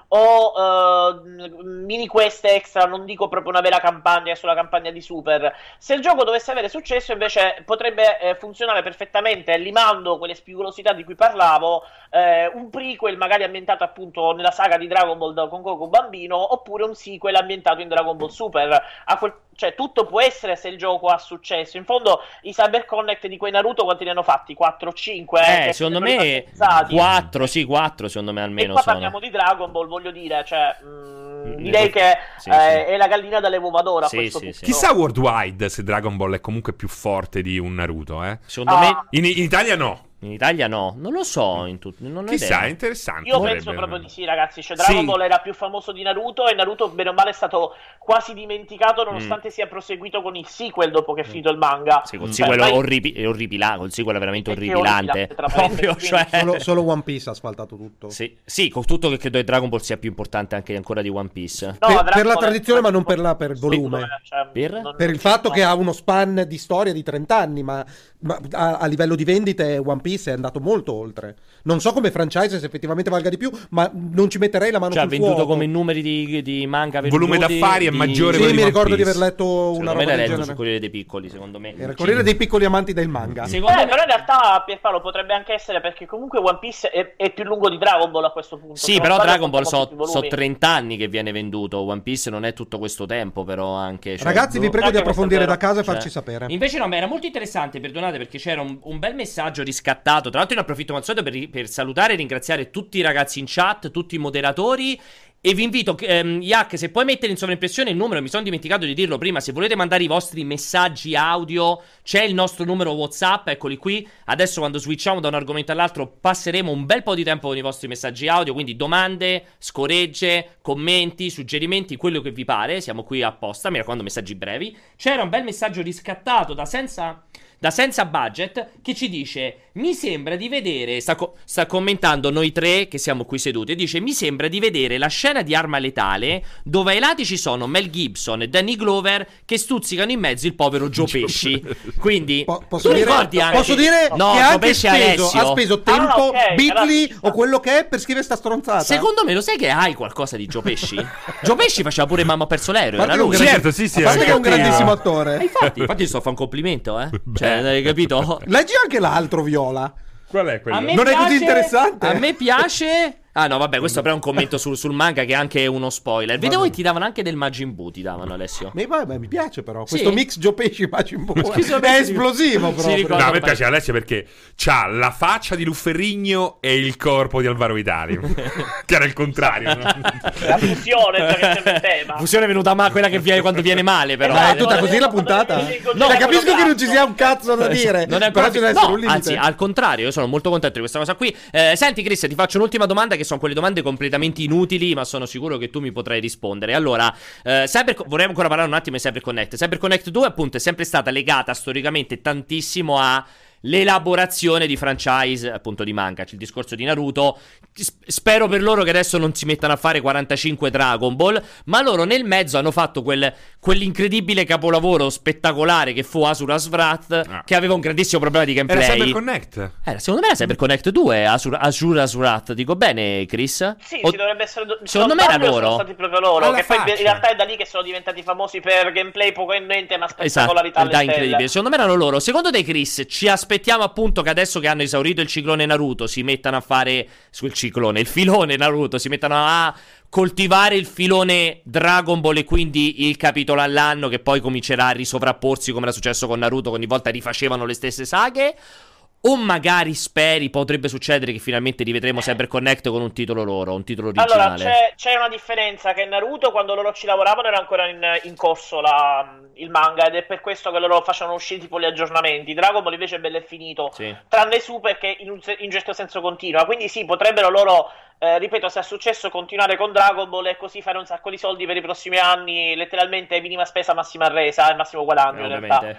o mini quest extra, non dico proprio una vera campagna sulla campagna di Super. Se il gioco dovesse avere successo invece potrebbe funzionare perfettamente limando quelle spigolosità di cui parlavo, un prequel magari ambientato appunto nella saga di Dragon Ball con Goku bambino, oppure un sequel ambientato in Dragon Ball Super. Cioè tutto può essere se il gioco ha successo. In fondo i Cyber Connect di quei Naruto quanti ne hanno fatti? 4 o 5? Secondo me 4 secondo me almeno. E qua parliamo di Dragon Ball, voglio dire, cioè direi che è la gallina dalle uova d'oro a questo punto. Chissà worldwide se Dragon Ball è comunque più forte di un Naruto, Secondo me in Italia no. In Italia no, non lo so, non chissà, è interessante. Io penso proprio di sì, ragazzi. Cioè, Dragon Ball era più famoso di Naruto e Naruto, bene o male, è stato quasi dimenticato nonostante sia proseguito con il sequel dopo che è finito il manga. Sì, col sequel è orripilante, col sequel è veramente orripilante. Proprio, solo One Piece ha asfaltato tutto. Sì, con tutto che credo che Dragon Ball sia più importante anche ancora di One Piece. No, per la tradizione, ma non per il volume. Per il fatto che ha uno span di storia di 30 anni, ma a livello di vendite One Piece è andato molto oltre. Non so come franchise se effettivamente valga di più, ma non ci metterei la mano sul fuoco. Ha venduto come numeri di manga venduti. Volume d'affari è maggiore. Sì, mi ricordo di aver letto una roba del genere. Sul Corriere dei Piccoli, secondo me. Era il Corriere dei Piccoli amanti del manga. Però in realtà Pierpaolo potrebbe anche essere perché comunque One Piece è più lungo di Dragon Ball a questo punto. Sì, però Dragon Ball so 30 anni che viene venduto. One Piece non è tutto questo tempo, però anche. Ragazzi, vi prego di approfondire da casa e farci sapere. Invece no, ma era molto interessante, perdonate, perché c'era un bel messaggio riscattato. Tra l'altro ne approfitto per salutare e ringraziare tutti i ragazzi in chat, tutti i moderatori. E vi invito, Yak, se puoi mettere in sovraimpressione il numero, mi sono dimenticato di dirlo prima, se volete mandare i vostri messaggi audio, c'è il nostro numero WhatsApp, eccoli qui. Adesso quando switchiamo da un argomento all'altro passeremo un bel po' di tempo con i vostri messaggi audio, quindi domande, scoregge, commenti, suggerimenti, quello che vi pare, siamo qui apposta, mi raccomando messaggi brevi. C'era un bel messaggio riscattato da Senza Budget che ci dice: mi sembra di vedere, sta commentando noi tre che siamo qui seduti, e dice: mi sembra di vedere la scena di Arma Letale dove ai lati ci sono Mel Gibson e Danny Glover che stuzzicano in mezzo il povero Joe Pesci. Quindi posso dire no, che Joe anche Pesci ha speso tempo, Bitly o quello che è per scrivere sta stronzata. Secondo me lo sai che hai qualcosa di Joe Pesci? Joe Pesci faceva pure Mamma ho perso l'aereo, era lui. Certo, sì. A parte che è un grandissimo attore. Infatti ti sto a fare un complimento, Cioè, hai capito? Leggi anche l'altro, Viola. Qual è quello? Non è così interessante. A me piace Ah no, vabbè, questo però è un commento sul manga che è anche uno spoiler. Vedevo che ti davano anche del Majin Buu, ti davano, Alessio. Mi piace però. Sì. Questo mix Joe Pesci Majin Buu è esplosivo proprio. No, a me piace Alessio perché c'ha la faccia di Lufferigno e il corpo di Alvaro Vitali. Che era il contrario, no? La fusione, già che sempre il tema. Fusione è venuta quando viene male, però. Ma è tutta così la puntata? No, capisco che non ci sia un cazzo da dire. Non è però proprio... ci deve essere No, un limite. anzi, al contrario, io sono molto contento di questa cosa qui. Senti, Chris, ti faccio un'ultima domanda, che sono quelle domande completamente inutili, ma sono sicuro che tu mi potrai rispondere. Allora, vorrei ancora parlare un attimo di CyberConnect. CyberConnect 2, appunto, è sempre stata legata storicamente tantissimo a l'elaborazione di franchise, appunto, di manga. C'è il discorso di Naruto. Spero per loro che adesso non si mettano a fare 45 Dragon Ball, ma loro nel mezzo hanno fatto quell'incredibile capolavoro spettacolare che fu Asura's Wrath, che aveva un grandissimo problema di gameplay. Era CyberConnect. Secondo me era CyberConnect 2, Asura's Wrath. Dico bene, Chris? Sì, ci dovrebbe essere. Secondo me era loro. Sono stati proprio loro. Alla che poi faccia. in realtà è da lì che sono diventati famosi per gameplay poco e niente, ma spettacolarità alle incredibile. Secondo me erano loro. Secondo te, Chris, ci aspettiamo appunto che adesso che hanno esaurito il ciclone Naruto si mettano a fare il filone Naruto, si mettano a coltivare il filone Dragon Ball e quindi il capitolo all'anno che poi comincerà a risovrapporsi come era successo con Naruto, che ogni volta rifacevano le stesse saghe? O magari potrebbe succedere che finalmente rivedremo CyberConnect con un titolo loro, un titolo originale? Allora, c'è una differenza, che Naruto, quando loro ci lavoravano, era ancora in corso il manga, ed è per questo che loro facevano uscire tipo gli aggiornamenti. Dragon Ball invece è bello e finito, sì. Tranne Super che in un certo senso continua, quindi sì, potrebbero loro, ripeto, se è successo, continuare con Dragon Ball e così fare un sacco di soldi per i prossimi anni, letteralmente minima spesa, massima resa e massimo guadagno, in realtà.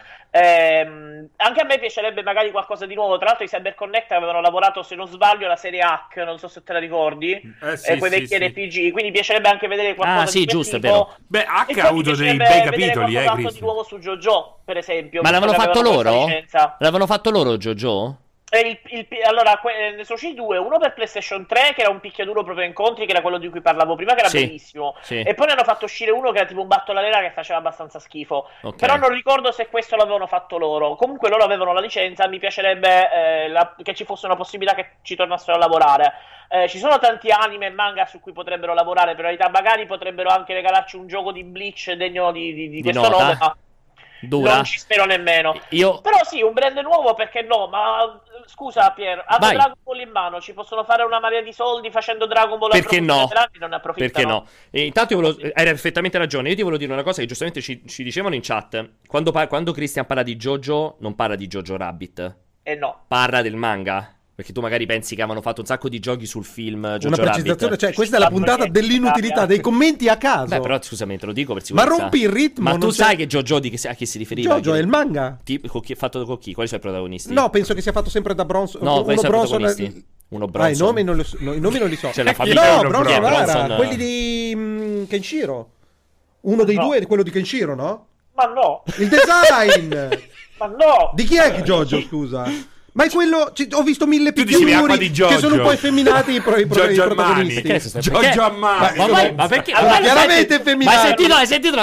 Anche a me piacerebbe magari qualcosa di nuovo. Tra l'altro i CyberConnect avevano lavorato, se non sbaglio, la serie Hack, non so se te la ricordi, sì, quei vecchi RPG, quindi piacerebbe anche vedere qualcosa sì, di quel giusto, è tipo. vero. Beh, E Hack poi ha avuto dei piacerebbe bei vedere capitoli, qualcos'altro Chris. di nuovo su JoJo, per esempio. Ma l'avevano perché fatto avevano questa loro? licenza. L'avevano fatto loro JoJo? Allora, ne so ci due, uno per PlayStation 3 che era un picchiaduro proprio incontri, che era quello di cui parlavo prima, che era bellissimo, e poi ne hanno fatto uscire uno che era tipo un battolalera che faceva abbastanza schifo, però non ricordo se questo l'avevano fatto loro. Comunque loro avevano la licenza, mi piacerebbe che ci fosse una possibilità che ci tornassero a lavorare. Ci sono tanti anime e manga su cui potrebbero lavorare, per realtà magari potrebbero anche regalarci un gioco di Bleach degno di questo nota. nome, ma Dura. non ci spero nemmeno. Però sì, un brand nuovo, perché no? Ma scusa, Pier, hanno Dragon Ball in mano, ci possono fare una marea di soldi facendo Dragon Ball. Perché no? Non ne approfittano. Perché no? E intanto hai perfettamente ragione. Io ti volevo dire una cosa che giustamente ci dicevano in chat. Quando Christian parla di JoJo, non parla di Jojo Rabbit. No. Parla del manga. Perché tu magari pensi che avevano fatto un sacco di giochi sul film Jojo Una precisazione, Rabbit. cioè questa è la puntata dell'inutilità, dei commenti a caso. Beh, però scusami, te lo dico per Ma sicurezza. rompi il ritmo. Ma tu sai che JoJo a chi si riferiva? JoJo è il manga. Fatto con chi? Quali sono i protagonisti? No, penso che sia fatto sempre da Bronson. No, uno Bronson. Uno Bronson. I nomi non li so. C'è la famiglia. No, Bronson Bronson. era quelli di Kenshiro. Uno dei due è quello di Kenshiro, no? Ma no. Il design. Ma no. Di chi è JoJo, scusa? Ma è quello. Ho visto 1000 Tu dicevi acqua picchiaduri di JoJo. che sono un po' effeminati i protagonisti. JoJo Armani. Ma perché? Allora, chiaramente effeminato. Ma hai sentito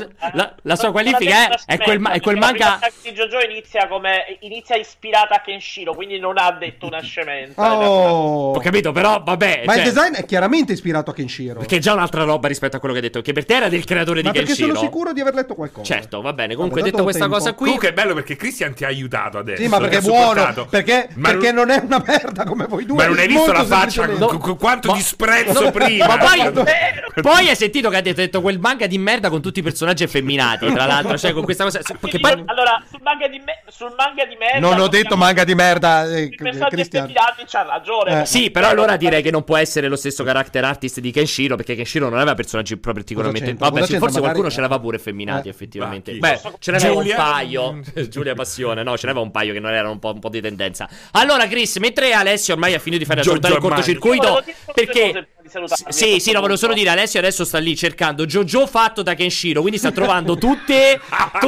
la sua qualifica? È quel manga. La di JoJo inizia ispirata a Kenshiro, quindi non ha detto una scemenza. Ho capito, però vabbè. Ma il design è chiaramente ispirato a Kenshiro. Perché è già un'altra roba rispetto a quello che hai detto. Che per te era del creatore di Kenshiro. Ma perché sono sicuro di aver letto qualcosa. Certo, va bene. Comunque, detto questa cosa qui. Comunque è bello perché Christian ti ha aiutato adesso. Sì, ma perché è buono. Perché non è una merda come voi due. Ma non hai visto la faccia? semplicemente. Quanto disprezzo prima. Ma poi hai sentito che ha detto quel manga di merda con tutti i personaggi effeminati. Tra l'altro, cioè con questa cosa. Allora, sul manga di merda. Non ho detto manga di merda. I personaggi effeminati c'ha ragione. Sì, però allora direi che non può essere lo stesso character artist di Kenshiro, perché Kenshiro non aveva personaggi particolarmente. Vabbè, sì, forse qualcuno ce l'aveva pure effeminati, effettivamente. Beh, ce n'aveva un paio. Giulia Passione, no, ce n'aveva un paio che non erano un po' di tendenza. Allora, Chris, mentre Alessio ormai ha finito di fare ascoltare il cortocircuito, perché di salutarvi. Sì, no, volevo solo dire, Alessio adesso sta lì cercando JoJo fatto da Kenshiro, quindi sta trovando tutte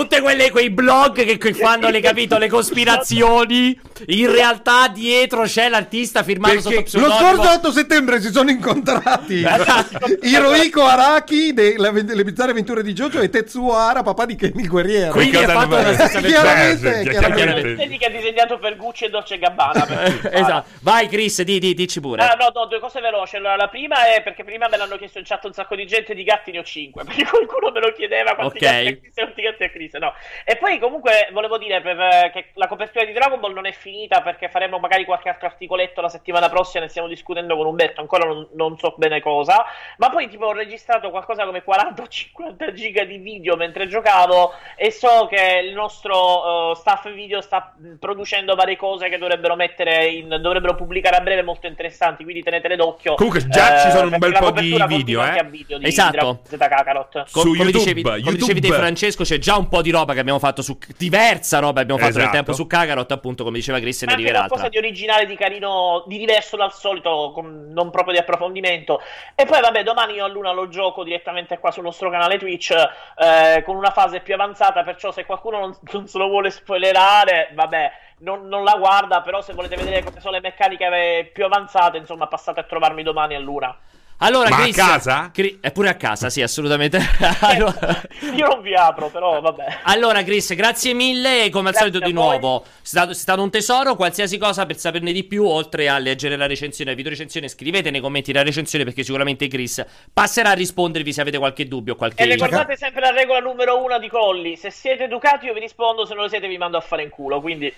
quei blog che fanno le cospirazioni. In realtà dietro c'è l'artista firmato sotto Lo pseudonimo. scorso 8 settembre si sono incontrati Hirohiko Araki Le bizzarre avventure di JoJo e Tetsuo Hara, papà di Ken il guerriero. Quindi è fatto la stessa Chiaramente. che ha disegnato per Gucci e Dolce & Gabbana. Esatto. Vai Chris, dici pure. No, due cose veloci. Allora, la prima è perché prima me l'hanno chiesto in chat un sacco di gente, di gatti ne ho 5, perché qualcuno me lo chiedeva quanti gatti ha Chris e quanti gatti ha Chris, no. E poi comunque volevo dire che la copertura di Dragon Ball non è finita, perché faremo magari qualche altro articoletto la settimana prossima, ne stiamo discutendo con Umberto, ancora non so bene cosa, ma poi tipo ho registrato qualcosa come 40-50 giga di video mentre giocavo, e so che il nostro staff video sta producendo varie cose che dovrebbero pubblicare a breve, molto interessanti, quindi tenetele d'occhio. Comunque già ci sono un bel po' di video, di esatto. Z Kakarot. Come dicevi te, Francesco, c'è già un po' di roba che abbiamo fatto diversa roba abbiamo fatto nel tempo su Kakarot, appunto, come diceva Chris, ne arriverà altra. Qualcosa di originale, di carino, di diverso dal solito, non proprio di approfondimento. E poi vabbè, domani io a Luna lo gioco direttamente qua sul nostro canale Twitch, con una fase più avanzata, perciò se qualcuno non se lo vuole spoilerare, vabbè, non la guarda, però se volete vedere come sono le meccaniche più avanzate, insomma, passate a trovarmi domani a Luna. Allora, ma Chris, a casa? È pure a casa, sì, assolutamente. Allora... Io non vi apro, però vabbè. Allora, Chris, grazie mille. E come al solito, di nuovo, è stato un tesoro. Qualsiasi cosa per saperne di più, oltre a leggere la recensione, la video recensione, scrivete nei commenti la recensione, perché sicuramente Chris passerà a rispondervi se avete qualche dubbio o qualche... E ricordate sempre la regola numero 1 di Colli: se siete educati io vi rispondo, se non lo siete vi mando a fare in culo, quindi...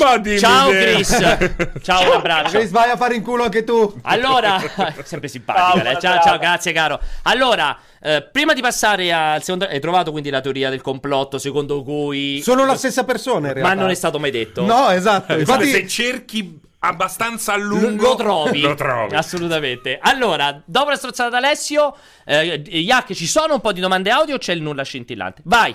Ciao Chris. Ciao, un abbraccio. Chris, vai a fare in culo anche tu. Allora, sempre simpatica. Ciao, grazie caro. Allora, prima di passare al secondo, hai trovato quindi la teoria del complotto secondo cui sono la stessa persona in realtà. Ma non è stato mai detto. No, esatto. Infatti, se cerchi abbastanza a lungo lo trovi. Assolutamente. Allora, dopo la strozzata d'Alessio, Yak, ci sono un po' di domande audio o c'è il nulla scintillante? Vai.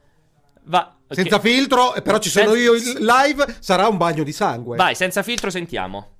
Okay. Senza filtro, però ci sono io in live, sarà un bagno di sangue. Vai, senza filtro, sentiamo.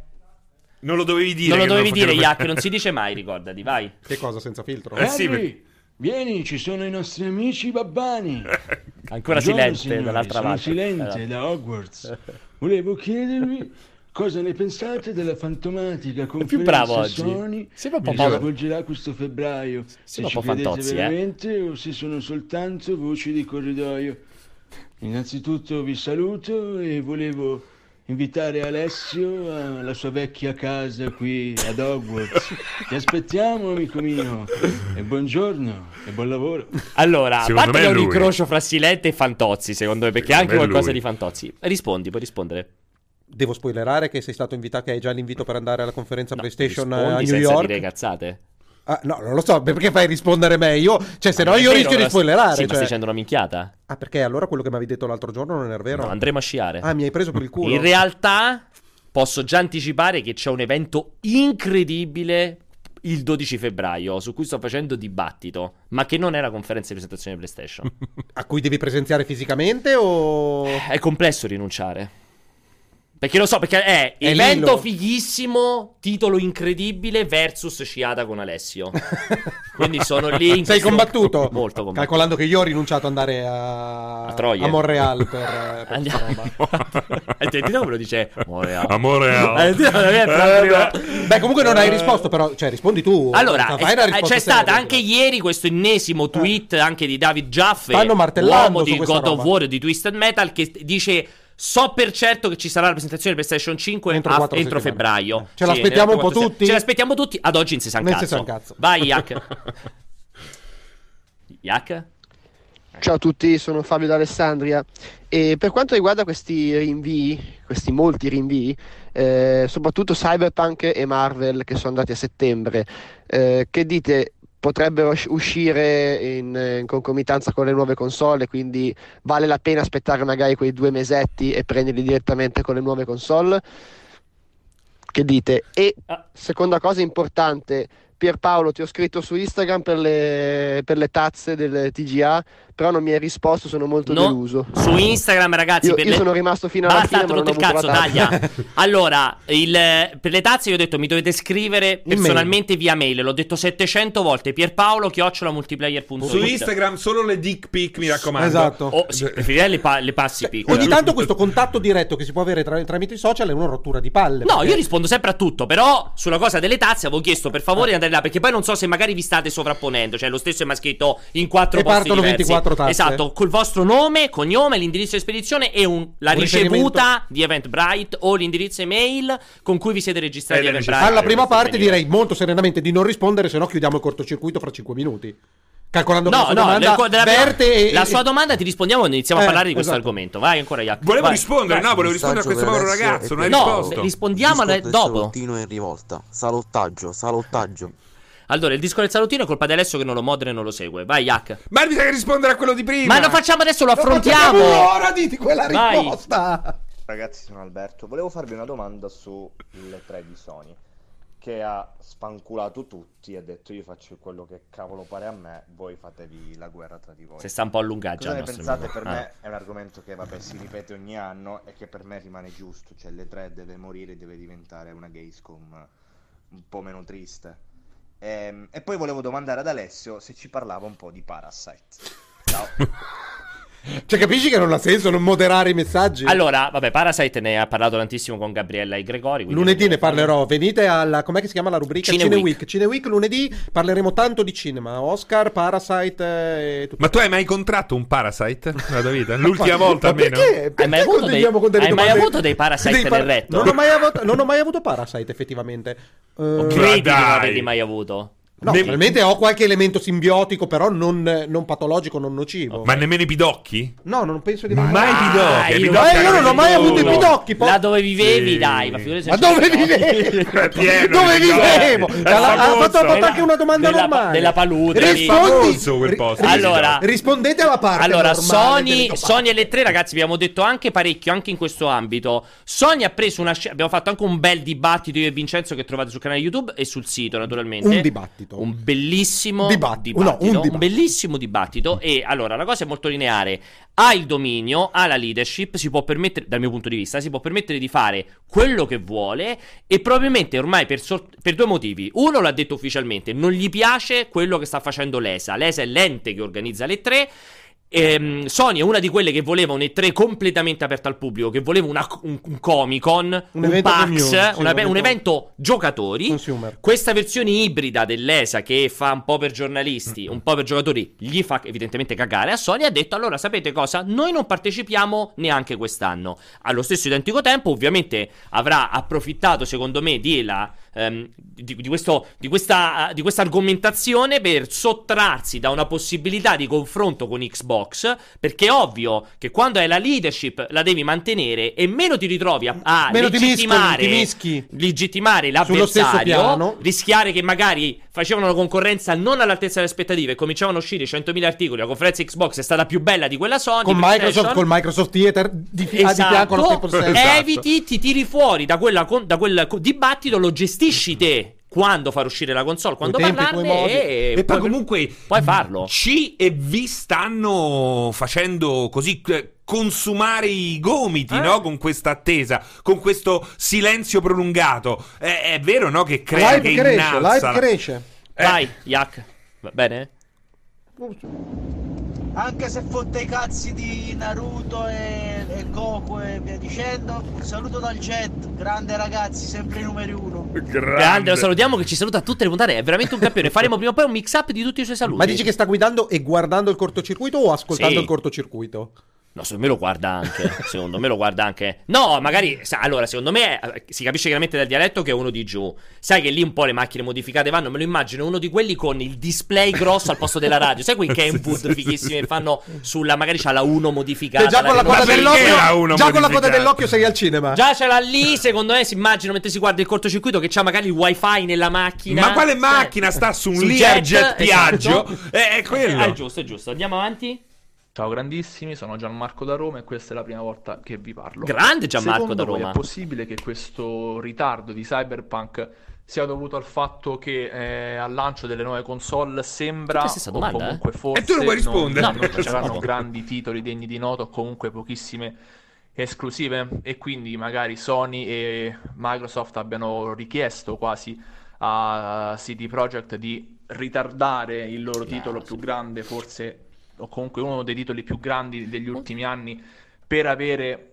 Non lo dovevi dire. Non lo dovevi dire, Yak, non si dice mai, ricordati, vai. Che cosa senza filtro? Sì. Vieni, ci sono i nostri amici babbani. Ancora Buongiorno, silente signori, dall'altra sono parte. Silente da Hogwarts. Volevo chiedervi cosa ne pensate della fantomatica più bravo conferenza oggi. Sony Sembra un po' che si svolgerà questo febbraio. Se un ci po' credete Fantozzi, veramente o se sono soltanto voci di corridoio. Innanzitutto vi saluto e volevo invitare Alessio alla sua vecchia casa qui ad Hogwarts. Ti aspettiamo, amico mio, e buongiorno e buon lavoro. Allora, a Secondo parte me che è è un lui. incrocio fra Silente e Fantozzi, secondo me, perché Secondo anche me è qualcosa lui. di Fantozzi. Rispondi, puoi rispondere. Devo spoilerare che sei stato invitato, che hai già l'invito per andare alla conferenza PlayStation a Rispondi New senza York. dire cazzate. Ah, no, non lo so, perché fai rispondere me? Io, cioè, se no io rischio di spoilerare. Sì, ma cioè. stai dicendo una minchiata? Ah, perché allora quello che mi avevi detto l'altro giorno non era vero? No, andremo a sciare. Ah, mi hai preso per il culo. In realtà, posso già anticipare che c'è un evento incredibile il 12 febbraio, su cui sto facendo dibattito, ma che non è la conferenza di presentazione PlayStation. A cui devi presenziare fisicamente o... È complesso rinunciare. Perché lo so, perché è evento Lilo. Fighissimo, titolo incredibile versus sciata con Alessio. Quindi sono lì in Sei questo- combattuto? Molto combattuto. Calcolando che io ho rinunciato ad andare a Troia. a Montreal per Andiamo. questa roba. Senti come lo dice Amore. Beh, comunque non hai risposto, però, cioè, rispondi tu. Allora, Fai una risposta c'è stata seria, anche però. ieri questo ennesimo tweet anche di David Jaffe, Stanno martellando uomo su di questa God of roba. War, di Twisted Metal, che dice: so per certo che ci sarà la presentazione di PlayStation 5 Entro entro 4 settimane. febbraio. Ce l'aspettiamo un po' tutti? Ce l'aspettiamo tutti. Ad oggi non si sa un Non si cazzo. sa un cazzo. Vai, Yak. Yak? Ciao a tutti, sono Fabio d'Alessandria e per quanto riguarda questi rinvii, questi molti rinvii, soprattutto Cyberpunk e Marvel che sono andati a settembre, che dite? Potrebbero uscire in concomitanza con le nuove console, quindi vale la pena aspettare magari quei 2 mesetti e prenderli direttamente con le nuove console? Che dite? E seconda cosa importante, Pierpaolo, ti ho scritto su Instagram per le tazze del TGA, però non mi hai risposto, sono molto deluso. Su Instagram, ragazzi, io sono rimasto fino alla fine, ma non ho avuto la tazza. Taglia. Allora, per le tazze io ho detto mi dovete scrivere personalmente via mail. L'ho detto 700 volte. Pierpaolo@multiplayer.it. Su Instagram solo le dick pic, mi raccomando. Esatto. Preferirei le passi pic. Ogni tanto questo contatto diretto che si può avere tramite i social è una rottura di palle. No, io rispondo sempre a tutto, però sulla cosa delle tazze avevo chiesto per favore di andare là, perché poi non so se magari vi state sovrapponendo, cioè lo stesso è ma scritto in 4 posti partono diversi. 24 tazze. Esatto, col vostro nome, cognome, l'indirizzo di spedizione e la ricevuta di Eventbrite o l'indirizzo email con cui vi siete registrati a Eventbrite. Alla prima parte direi molto serenamente di non rispondere, se no chiudiamo il cortocircuito fra 5 minuti. Calcolando che la sua domanda verte la sua domanda ti rispondiamo quando iniziamo a parlare di questo argomento. Vai ancora, Jacopo. Volevo rispondere a questo povero ragazzo, non hai risposto. No, rispondiamo dopo. Salottino in rivolta. Salottaggio. Allora, il disco del salottino è colpa di Alessio che non lo modera e non lo segue. Vai, Jack. Ma bisogna rispondere a quello di prima. Ma lo facciamo adesso, lo affrontiamo. Ora diti quella risposta. Ragazzi, sono Alberto. Volevo farvi una domanda sul 3 di Sony, che ha spanculato tutti e ha detto io faccio quello che cavolo pare a me, voi fatevi la guerra tra di voi. Se sta un po' allungata. Cosa ne pensate? Per me è un argomento che si ripete ogni anno e che per me rimane giusto, cioè le 3 deve morire, deve diventare una Gamescom un po' meno triste. E poi volevo domandare ad Alessio se ci parlava un po' di Parasite. Ciao. Cioè, capisci che non ha senso non moderare i messaggi? Allora, vabbè, Parasite ne ha parlato tantissimo con Gabriella e Gregori. Lunedì ne parlerò. Venite alla, com'è che si chiama la rubrica? Cineweek. Cineweek lunedì parleremo tanto di cinema. Oscar, Parasite e tutto. Ma tu hai mai contratto un Parasite nella tua vita? L'ultima volta almeno. Perché? Hai mai avuto dei Parasite nel letto? Non ho mai avuto Parasite, effettivamente. Credi di non averli mai avuto? No, probabilmente ho qualche elemento simbiotico, però non patologico, non nocivo. Ma nemmeno i pidocchi? No, non penso di mai pidocchi. Io non ho mai avuto i pidocchi. Là dove vivevi, dai. Ma dove vivevi? Dove vivevo? Ha fatto anche una domanda normale. Della palude. Allora, rispondete alla parte. Allora, Sony e le 3, ragazzi, abbiamo detto anche parecchio, anche in questo ambito. Sony ha preso abbiamo fatto anche un bel dibattito io e Vincenzo che trovate sul canale YouTube e sul sito, naturalmente. Un dibattito. Un bellissimo dibattito. Un bellissimo dibattito. E allora la cosa è molto lineare. Ha il dominio, ha la leadership, si può permettere, dal mio punto di vista, si può permettere di fare quello che vuole. E probabilmente ormai per 2 motivi. Uno, l'ha detto ufficialmente, non gli piace quello che sta facendo l'ESA. L'ESA è l'ente che organizza le 3. Sony è una di quelle che voleva un E3 completamente aperto al pubblico, che voleva un Comic-Con, un PAX, un evento giocatori. Consumer. Questa versione ibrida dell'ESA che fa un po' per giornalisti, un po' per giocatori, gli fa evidentemente cagare. A Sony ha detto: allora sapete cosa? Noi non partecipiamo neanche quest'anno. Allo stesso identico tempo ovviamente avrà approfittato, secondo me, di questa argomentazione per sottrarsi da una possibilità di confronto con Xbox, perché è ovvio che quando hai la leadership la devi mantenere e meno ti ritrovi a legittimare l'avversario, rischiare che magari facevano una concorrenza non all'altezza delle aspettative e cominciavano a uscire 100.000 articoli. La conferenza Xbox è stata più bella di quella Sony col Microsoft Theater di fianco allo stesso tempo. Eviti, ti tiri fuori da quel dibattito, lo gestisci te quando far uscire la console, quando parlarne e poi comunque puoi farlo. C e V stanno facendo così consumare i gomiti, no? Con questa attesa, con questo silenzio prolungato. È vero, no? Che crea, live cresce. Vai, Yak. Va bene? Anche se fotte i cazzi di Naruto e Goku e via dicendo, un saluto dal Jet, grande ragazzi, sempre i numeri 1. Grande, lo salutiamo che ci saluta a tutte le puntate, è veramente un campione. Faremo prima o poi un mix up di tutti i suoi saluti. Ma dici che sta guidando e guardando il cortocircuito o ascoltando il cortocircuito? No, secondo me lo guarda anche. No, magari, allora, secondo me si capisce chiaramente dal dialetto che è uno di giù. Sai che lì un po' le macchine modificate vanno. Me lo immagino uno di quelli con il display grosso al posto della radio. Sai quei Kenwood fighissimi che fanno sulla, magari c'ha la 1 modificata. Che già con la coda dell'occhio, con la coda dell'occhio sei al cinema. Già ce l'ha lì, secondo me si immagino mentre si guarda il cortocircuito che c'ha magari il wifi nella macchina. Ma quale macchina? Sta su un Learjet Piaggio. È quello. È giusto. Andiamo avanti. Ciao grandissimi, sono Gianmarco da Roma e questa è la prima volta che vi parlo. Grande Gianmarco Secondo da Roma. Voi è possibile che questo ritardo di Cyberpunk sia dovuto al fatto che al lancio delle nuove console sembra, Tutte stessa o domanda, comunque forse E tu non vuoi rispondere? non ci saranno No. grandi titoli degni di nota o comunque pochissime esclusive, e quindi magari Sony e Microsoft abbiano richiesto quasi a CD Projekt di ritardare il loro titolo più grande, forse, o comunque uno dei titoli più grandi degli ultimi anni, per avere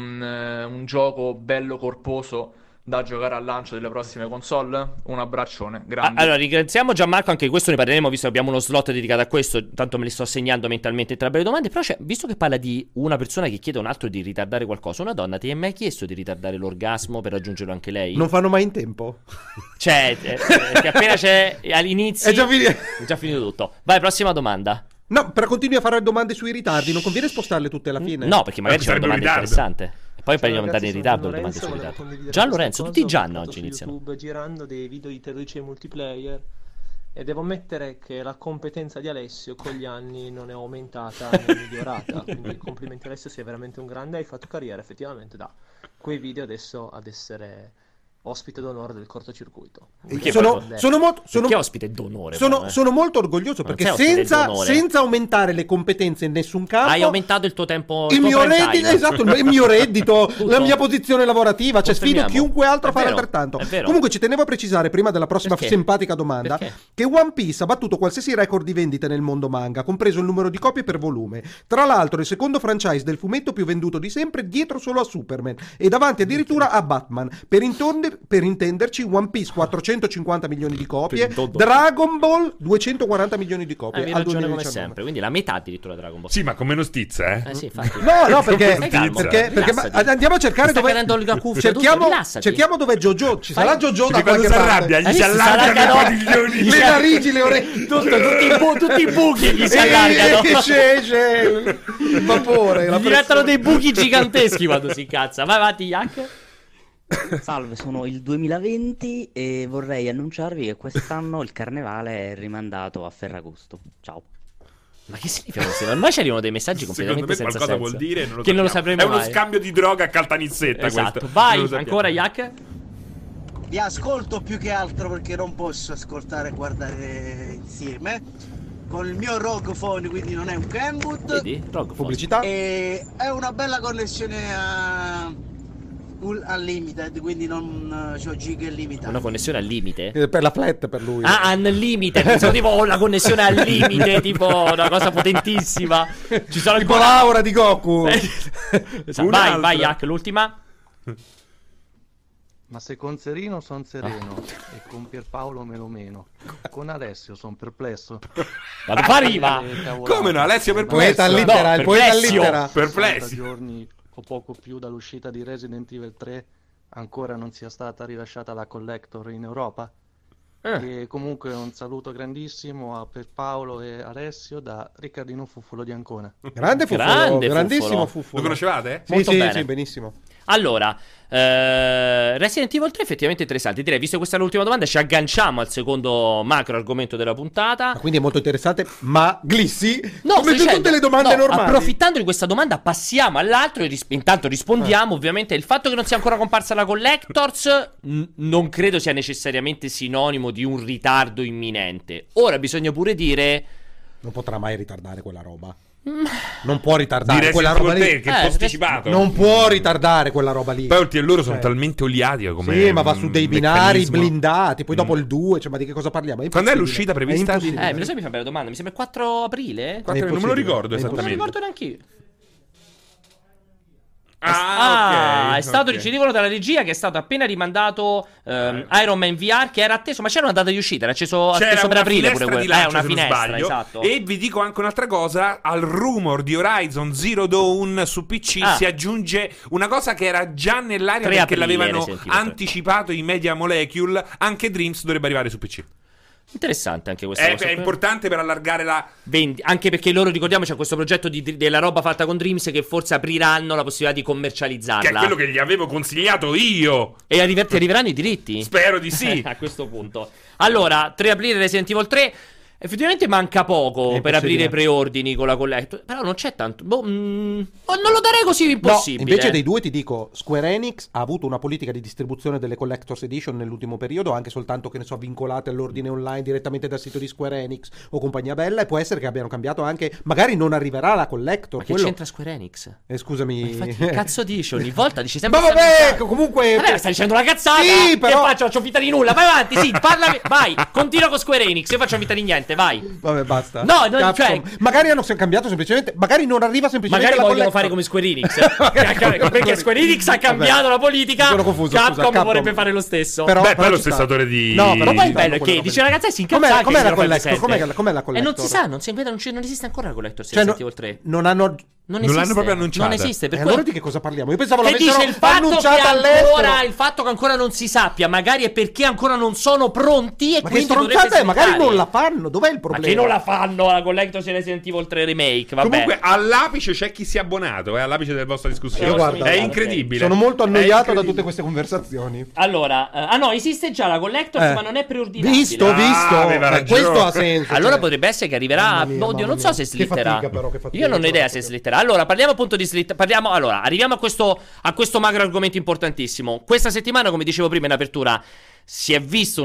un gioco bello corposo da giocare al lancio delle prossime console. Un abbraccione grande. Allora, ringraziamo Gianmarco, anche di questo ne parleremo, visto che abbiamo uno slot dedicato a questo, tanto me li sto segnando mentalmente tra le domande, però visto che parla di una persona che chiede a un altro di ritardare qualcosa, una donna ti è mai chiesto di ritardare l'orgasmo per raggiungerlo anche lei? Non fanno mai in tempo. Cioè, che appena c'è all'inizio È già finito. è già finito tutto. Vai, prossima domanda. No, però continui a fare domande sui ritardi, non conviene spostarle tutte alla fine. No, perché magari c'è una sarebbe domanda un ritardo. interessante. E poi prendiamo andare in ritardo le domande sui ritardi. Gian Lorenzo, tutti i Gian oggi iniziano. YouTube girando dei video di terrici e multiplayer, e devo ammettere che la competenza di Alessio con gli anni non è aumentata né migliorata, quindi complimenti Alessio, sei veramente un grande, hai fatto carriera effettivamente da quei video adesso ad essere ospite d'onore del cortocircuito. Perché Sono molto Perché ospite d'onore? però, eh? sono molto orgoglioso Non perché sei ospite senza, d'onore. senza aumentare le competenze in nessun campo Hai aumentato il tuo tempo, il tuo mio prime reddito, time. esatto, il mio reddito, Tutto. la mia posizione lavorativa, cioè sfido Confermiamo. chiunque altro a È fare vero, altrettanto. è vero. Comunque ci tenevo a precisare prima della prossima Perché? simpatica domanda Perché? che One Piece ha battuto qualsiasi record di vendite nel mondo manga, compreso il numero di copie per volume. Tra l'altro il secondo franchise del fumetto più venduto di sempre, dietro solo a Superman e davanti addirittura a Batman. Per intenderci, One Piece 450 milioni di copie, Dragon Ball 240 milioni di copie Hai al ragione come 2019. sempre, quindi la metà addirittura Dragon Ball. Sì, ma con meno stizza, eh? Sì, infatti. No, perché, Stai calmo, rilassati. andiamo a cercare Sta dove cadendo la cuffia, cerchiamo, tutto, rilassati. cerchiamo dove è Jojo. Ci sarà Jojo da Perché quando qualche si parte. arrabbia, gli Hai si visto? allargano Si i padiglioni. Le narici, le orecchie, tutti i buchi gli si allargano. Esce il vapore. la Diventano pressione. dei buchi giganteschi quando si incazza. Vai avanti, Yak. Salve, sono il 2020 e vorrei annunciarvi che quest'anno il carnevale è rimandato a Ferragosto. Ciao. Ma che significa questo? Ormai ci arrivano dei messaggi Secondo completamente me senza qualcosa senso. vuol dire, non lo che non lo sappiamo. sapremo È uno mai. scambio di droga a caltanissetta, Esatto. questo. Vai, Non lo sappiamo. ancora Yak. Vi ascolto più che altro perché non posso ascoltare e guardare insieme con il mio Rogue Phone, quindi non è un Kenwood. Vedi? Rogue Phone. Pubblicità. E è una bella connessione a Unlimited, quindi non c'ho giga illimitati. Una connessione al limite? Per la flat per lui. Ah, unlimited. Pensavo tipo la connessione al limite, tipo una cosa potentissima. Ci sono tipo ancora... l'aura di Goku. Esatto. Vai, Yak, l'ultima. Ma se con Serino son sereno e con Pierpaolo me lo meno, con Alessio son perplesso. Ma qua arriva. Come no, Alessio perplesso? Poeta allittera, il poeta perplessio. allittera. 60 Perplessi. giorni o poco più dall'uscita di Resident Evil 3 ancora non sia stata rilasciata la Collector in Europa. E comunque un saluto grandissimo a Pierpaolo e Alessio da Riccardino Fuffolo di Ancona. Grande Fuffolo, Grande grandissimo Fuffolo. Fuffolo. Lo conoscevate? Sì, Molto sì, bene. sì, benissimo. Allora, Resident Evil 3 effettivamente interessante. Direi, visto questa è l'ultima domanda, ci agganciamo al secondo macro argomento della puntata. Ma quindi è molto interessante, ma Glissi, No, come sto per dicendo- tutte le domande no, normali. approfittando di questa domanda, passiamo all'altro e intanto rispondiamo. Ovviamente il fatto che non sia ancora comparsa la Collectors non credo sia necessariamente sinonimo di un ritardo imminente. Ora bisogna pure dire... Non potrà mai ritardare quella roba. Non può ritardare Dire quella roba lì. che è posticipato. Non può ritardare quella roba lì. Poi oltre a loro sono Cioè. talmente oliati come Sì, ma va su dei binari meccanismo. blindati. Poi dopo il 2, cioè, ma di che cosa parliamo? Quando è impossibile. l'uscita prevista? È impossibile. me lo sai, mi fa bella domanda. Mi sembra il 4 aprile? Non me lo impossibile. ricordo È Non me lo esattamente. ricordo neanche io. Ok, è stato, ok. ci dicono dalla regia che è stato appena rimandato Iron Man VR, che era atteso, ma c'era una data di uscita, era acceso C'era per una aprile pure finestra quello. di lancio, Una se non finestra, sbaglio. esatto. E vi dico anche un'altra cosa: al rumor di Horizon Zero Dawn su PC si aggiunge una cosa che era già nell'aria 3 perché aprile, l'avevano Resident Evil 3. anticipato i Media Molecule. Anche Dreams dovrebbe arrivare su PC. Interessante anche questa cosa. È importante per allargare la... Anche perché loro, ricordiamo, c'è questo progetto della roba fatta con Dreams che forse apriranno la possibilità di commercializzarla. Che è quello che gli avevo consigliato io. E ti arriveranno i diritti? Spero di sì. A questo punto. Allora, 3 aprile Resident Evil 3. Effettivamente manca poco per aprire preordini con la collector, però non c'è tanto. Non lo darei così impossibile. No, invece dei due ti dico, Square Enix ha avuto una politica di distribuzione delle Collector's Edition nell'ultimo periodo, anche soltanto, che ne so, vincolate all'ordine online direttamente dal sito di Square Enix o compagnia bella, e può essere che abbiano cambiato anche, magari non arriverà la Collector. Ma che c'entra Square Enix? Scusami. Ma infatti, che cazzo dici? Ogni volta dici sempre. Ma vabbè, comunque. Vabbè, stai dicendo una cazzata. Sì, però. Che faccio finta di nulla. Vai avanti, sì, parlami. Vai, continua con Square Enix. Io faccio finta di niente, vai. Vabbè, basta. No, cioè, magari hanno cambiato semplicemente. Magari non arriva semplicemente. Magari la vogliono Collector. fare come Square Enix. Perché Square Enix ha cambiato la politica. Sono confuso. Capcom vorrebbe fare lo stesso. Però è lo stesso autore di. No, però poi il bello è che dice ragazzi, si incazza. Com'è la Collector? Com'è la Collector? E non si sa, non esiste ancora la Collector Resident Evil 3. Non hanno. Non l'hanno proprio annunciata. Non esiste. Per allora di che cosa parliamo? Io pensavo l'avessero dice il fatto annunciata che all'estero. Il fatto che ancora non si sappia, magari è perché ancora non sono pronti. E ma quindi che stronzata è? Magari non la fanno. Dov'è il problema? Ma che non la fanno la Collector Resident Evil 3 Remake? Vabbè. Comunque all'apice c'è chi si è abbonato, all'apice della vostra discussione. Guarda, è incredibile. Sono molto annoiato da tutte queste conversazioni. Allora, no, esiste già la Collector, ma non è preordinabile. Visto. Questo ha senso. Allora potrebbe essere che arriverà. Oddio, non so se slitterà. Io non ho idea se slitterà. Allora, parliamo appunto di allora, arriviamo a questo macro argomento importantissimo. Questa settimana, come dicevo prima in apertura, si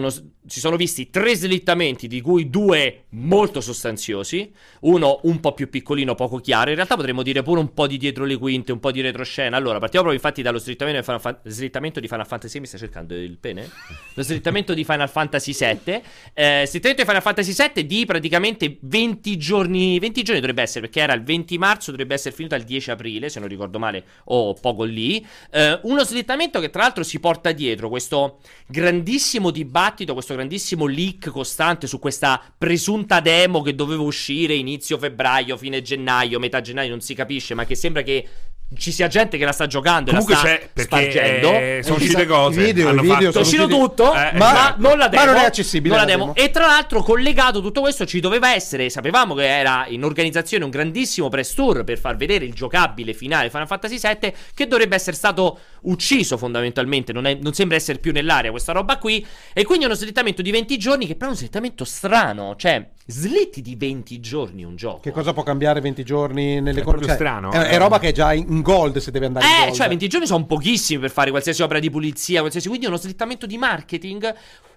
sono visti 3 slittamenti, di cui 2 molto sostanziosi, uno un po' più piccolino, poco chiaro. In realtà potremmo dire pure un po' di dietro le quinte, un po' di retroscena. Allora, partiamo proprio infatti dallo slittamento di Final Fantasy. Mi sta cercando il pene? Lo slittamento di Final Fantasy VII. Slittamento di Final Fantasy VII di praticamente 20 giorni. 20 giorni dovrebbe essere, perché era il 20 marzo, dovrebbe essere finito il 10 aprile, se non ricordo male, o poco lì. Uno slittamento che tra l'altro si porta dietro questo grandissimo dibattito, questo grandissimo leak costante su questa presunta demo che doveva uscire inizio febbraio, fine gennaio, metà gennaio, non si capisce, ma che sembra che ci sia gente che la sta giocando. Comunque e la sta c'è, perché spargendo. sono uscite cose. I video è uscito tutto, ma non la demo. Ma non è accessibile. Non la demo. E tra l'altro, collegato tutto questo, ci doveva essere. Sapevamo che era in organizzazione un grandissimo press tour per far vedere il giocabile finale Final Fantasy VII, che dovrebbe essere stato ucciso fondamentalmente. Non sembra essere più nell'area questa roba qui. E quindi uno slittamento di 20 giorni, che però è un slittamento strano. Cioè, slitti di 20 giorni un gioco. Che cosa può cambiare 20 giorni nelle cose? Strano. È roba che è già in gold, se deve andare in gold. Cioè 20 giorni sono pochissimi per fare qualsiasi opera di pulizia, qualsiasi, quindi uno slittamento di marketing.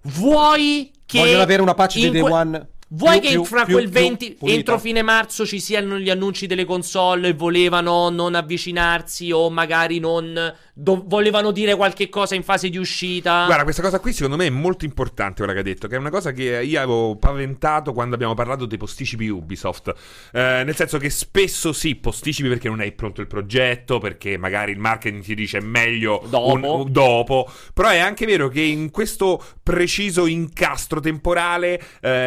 Vuoi che vogliono avere una patch di Day One? Vuoi che fra quel 20 entro fine marzo ci siano gli annunci delle console e volevano non avvicinarsi, o magari non volevano dire qualche cosa in fase di uscita? Guarda, questa cosa qui secondo me è molto importante, quella che ha detto, che è una cosa che io avevo paventato quando abbiamo parlato dei posticipi Ubisoft, nel senso che spesso sì, posticipi perché non hai pronto il progetto, perché magari il marketing ti dice meglio dopo, però è anche vero che in questo preciso incastro temporale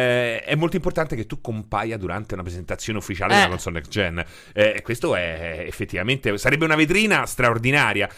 è molto importante che tu compaia durante una presentazione ufficiale della console next gen. Questo è effettivamente sarebbe una vetrina straordinaria.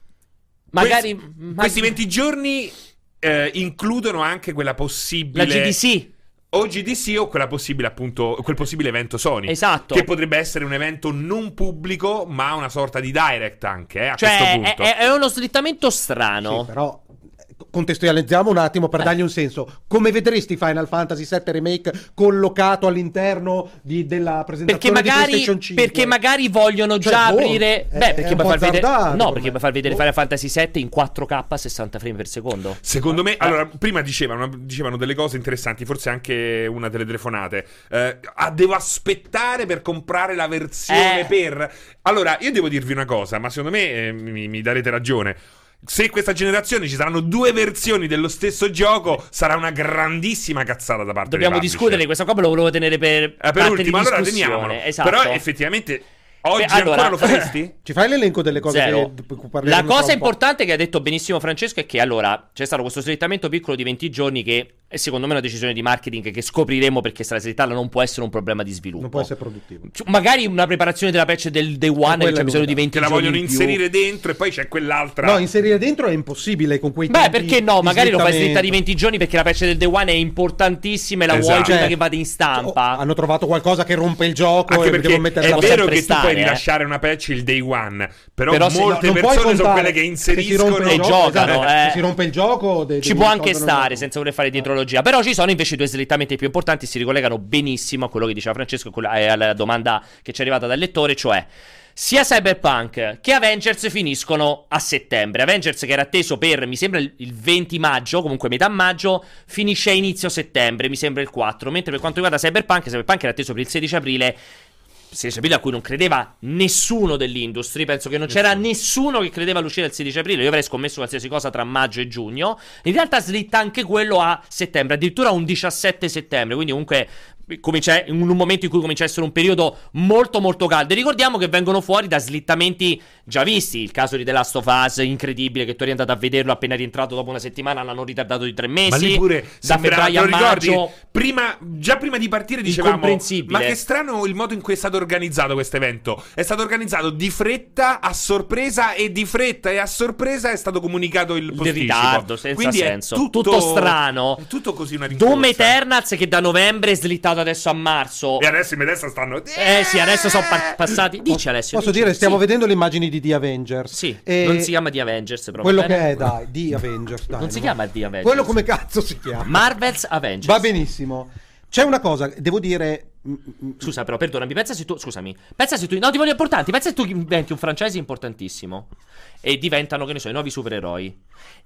Magari questi 20 giorni includono anche quella possibile la GDC. O GDC o quella possibile, appunto, quel possibile evento Sony. Esatto. Che potrebbe essere un evento non pubblico, ma una sorta di direct anche, a cioè, questo punto. È uno slittamento strano. Sì, però contestualizziamo un attimo per dargli un senso. Come vedresti Final Fantasy VII Remake collocato all'interno della presentazione di PlayStation 5? Perché magari vogliono già aprire. Perché puoi far vedere Final Fantasy VII in 4K a 60 frame per secondo. Secondo me, allora, prima dicevano delle cose interessanti, forse anche una delle telefonate. Devo aspettare per comprare la versione per. Allora, io devo dirvi una cosa, ma secondo me mi darete ragione. Se questa generazione ci saranno 2 versioni dello stesso gioco, sarà una grandissima cazzata da parte Dobbiamo discutere di questa cosa, lo volevo tenere per ultimo, allora teniamolo. Esatto. Però effettivamente oggi ancora lo faresti? Ci fai l'elenco delle cose La cosa importante che ha detto benissimo Francesco è che allora c'è stato questo slittamento piccolo di 20 giorni che è secondo me una decisione di marketing che scopriremo, perché se la slittarla non può essere un problema di sviluppo, non può essere produttivo. Magari una preparazione della patch del Day One che c'è bisogno di 20 che la giorni vogliono inserire dentro, e poi c'è quell'altra. No, inserire dentro è impossibile con quei tempi. Perché no? Magari lo fai slitta di 20 giorni perché la patch del Day One è importantissima e la vuoi prima che vada in stampa. Hanno trovato qualcosa che rompe il gioco, anche e perché devo mettere è la vero che tu puoi rilasciare una patch il Day One, però molte persone sono quelle che inseriscono e giocano. Se si rompe il gioco ci può anche stare senza voler fare dietro cronologia. Però ci sono invece 2 slittamenti più importanti, si ricollegano benissimo a quello che diceva Francesco e alla domanda che ci è arrivata dal lettore, cioè sia Cyberpunk che Avengers finiscono a settembre. Avengers, che era atteso per, mi sembra, il 20 maggio, comunque metà maggio, finisce a inizio settembre, mi sembra il 4. Mentre per quanto riguarda Cyberpunk era atteso per il 16 aprile, a cui non credeva nessuno dell'industry. Penso che non c'era nessuno che credeva all'uscita del 16 aprile. Io avrei scommesso qualsiasi cosa tra maggio e giugno. In realtà slitta anche quello a settembre, addirittura un 17 settembre. Quindi comunque comincia in un momento in cui comincia a essere un periodo molto molto caldo. E ricordiamo che vengono fuori da slittamenti già visti. Il caso di The Last of Us, incredibile, che tu eri andato a vederlo appena rientrato dopo una settimana, l'hanno ritardato di 3 mesi. Ma lì pure da febbraio a maggio. Già prima di partire dicevamo: incomprensibile. ma che strano il modo in cui è stato organizzato questo evento. È stato organizzato di fretta a sorpresa, e di fretta e a sorpresa è stato comunicato il posticipo. Ritardo, senza Quindi senso. È tutto strano. È tutto così una rincorsa. Doom Eternals che da novembre è slittato adesso a marzo. E adesso in Bethesda stanno. Sì, adesso sono passati. Dici Alessio. Posso dire, stiamo vedendo le immagini di The Avengers. Sì, non si chiama The Avengers, proprio. Quello che è, dai, The Avengers. Dai, non si chiama The Avengers. Quello come cazzo si chiama? Marvel's Avengers. Va benissimo. C'è una cosa, devo dire. Scusa, però, perdonami, pensa se tu. No, ti voglio importanti. Pensa se tu inventi un franchise importantissimo e diventano, che ne so, i nuovi supereroi.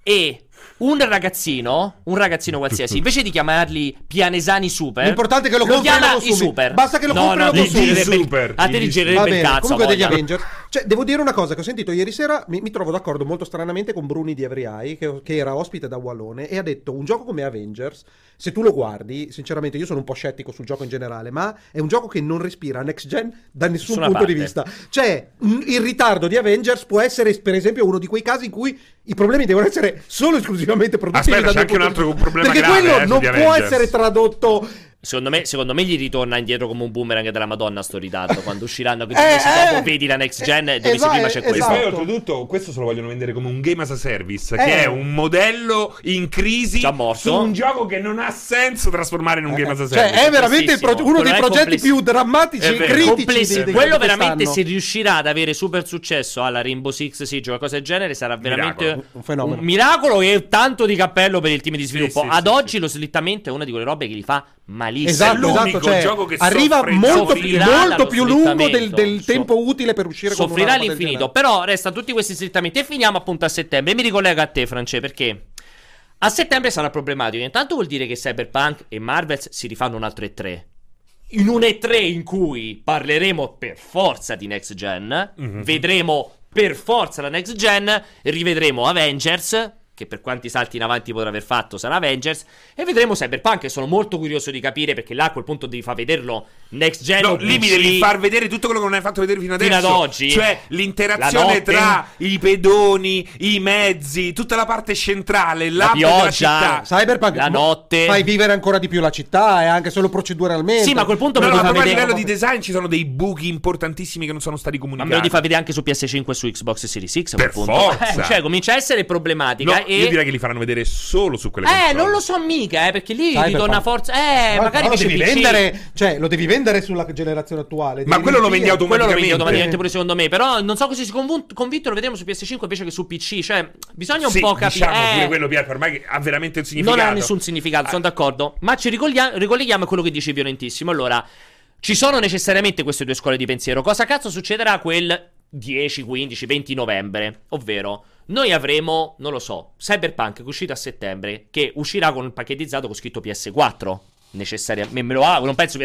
E un ragazzino qualsiasi, invece di chiamarli Pianesani Super, l'importante è che lo chiama consumi. i Super. Basta che lo compri e lo consumi. Super. A te ti girerebbe il cazzo. Comunque degli Avengers. Cioè, devo dire una cosa che ho sentito ieri sera, mi trovo d'accordo molto stranamente con Bruni di Every Eye, che era ospite da Wallone, e ha detto: un gioco come Avengers, se tu lo guardi, sinceramente io sono un po' scettico sul gioco in generale, ma è un gioco che non respira next gen da nessun punto di vista. Cioè, il ritardo di Avengers può essere, per esempio, uno di quei casi in cui i problemi devono essere solo esclusivamente produttivi. Aspetta, c'è anche un altro problema perché grave, quello non può Avengers. essere tradotto. Secondo me gli ritorna indietro come un boomerang della Madonna sto ritardo. Quando usciranno 15 mesi dopo vedi la next gen, 2 mesi prima c'è questo. E poi oltretutto questo se lo vogliono vendere come un game as a service, che è un modello in crisi già morto, su un gioco che non ha senso trasformare in un game as a service. Cioè è veramente uno dei progetti più drammatici e critici di quello veramente, se riuscirà ad avere super successo alla Rainbow Six Siege o qualcosa del genere, sarà veramente un fenomeno, un miracolo, e tanto di cappello per il team di sviluppo. Ad oggi lo slittamento è una di quelle robe che li fa malissimo. Esatto, cioè, gioco che arriva molto più lungo del tempo utile per uscire con una soffrirà roba all'infinito. Però resta tutti questi slittamenti e finiamo appunto a settembre. Mi ricollego a te, France, perché a settembre sarà problematico. Intanto vuol dire che Cyberpunk e Marvels si rifanno un altro E3, in un E3 in cui parleremo per forza di next gen, vedremo per forza la next gen, rivedremo Avengers, che per quanti salti in avanti potrà aver fatto sarà Avengers, e vedremo Cyberpunk, e sono molto curioso di capire, perché là a quel punto devi far vederlo next gen. No, lì mi devi far vedere tutto quello che non hai fatto vedere fino adesso. Fino ad oggi. Cioè l'interazione tra i pedoni, i mezzi, tutta la parte centrale, la pioggia, città. Cyberpunk, la notte. Fai vivere ancora di più la città, e anche solo proceduralmente. Sì, ma a quel punto no, me lo a vedere livello di design ci sono dei buchi importantissimi che non sono stati comunicati. Ma me lo devi far vedere anche su PS5 e su Xbox Series X a per quel punto. Forza. Cioè comincia a essere problematica. No, e io direi che li faranno vedere solo su quelle console. Non lo so mica, perché lì Cyberpunk. ritorna forza. Magari lo devi PC. vendere, cioè lo devi vendere sulla generazione attuale. Ma quello lo vendi automaticamente. Pure secondo me. Però non so così convinto, lo vedremo su PS5 invece che su PC. Cioè bisogna un po' capire. Diciamo pure quello, Pier, ormai ha veramente un significato. Non ha nessun significato, sono d'accordo. Ma ci ricolleghiamo a quello che dici violentissimo. Allora, ci sono necessariamente queste due scuole di pensiero. Cosa cazzo succederà quel 10, 15, 20 novembre? Ovvero, noi avremo, non lo so, Cyberpunk che è uscito a settembre, che uscirà con il pacchettizzato con scritto PS4. Necessariamente, me lo auguro, non penso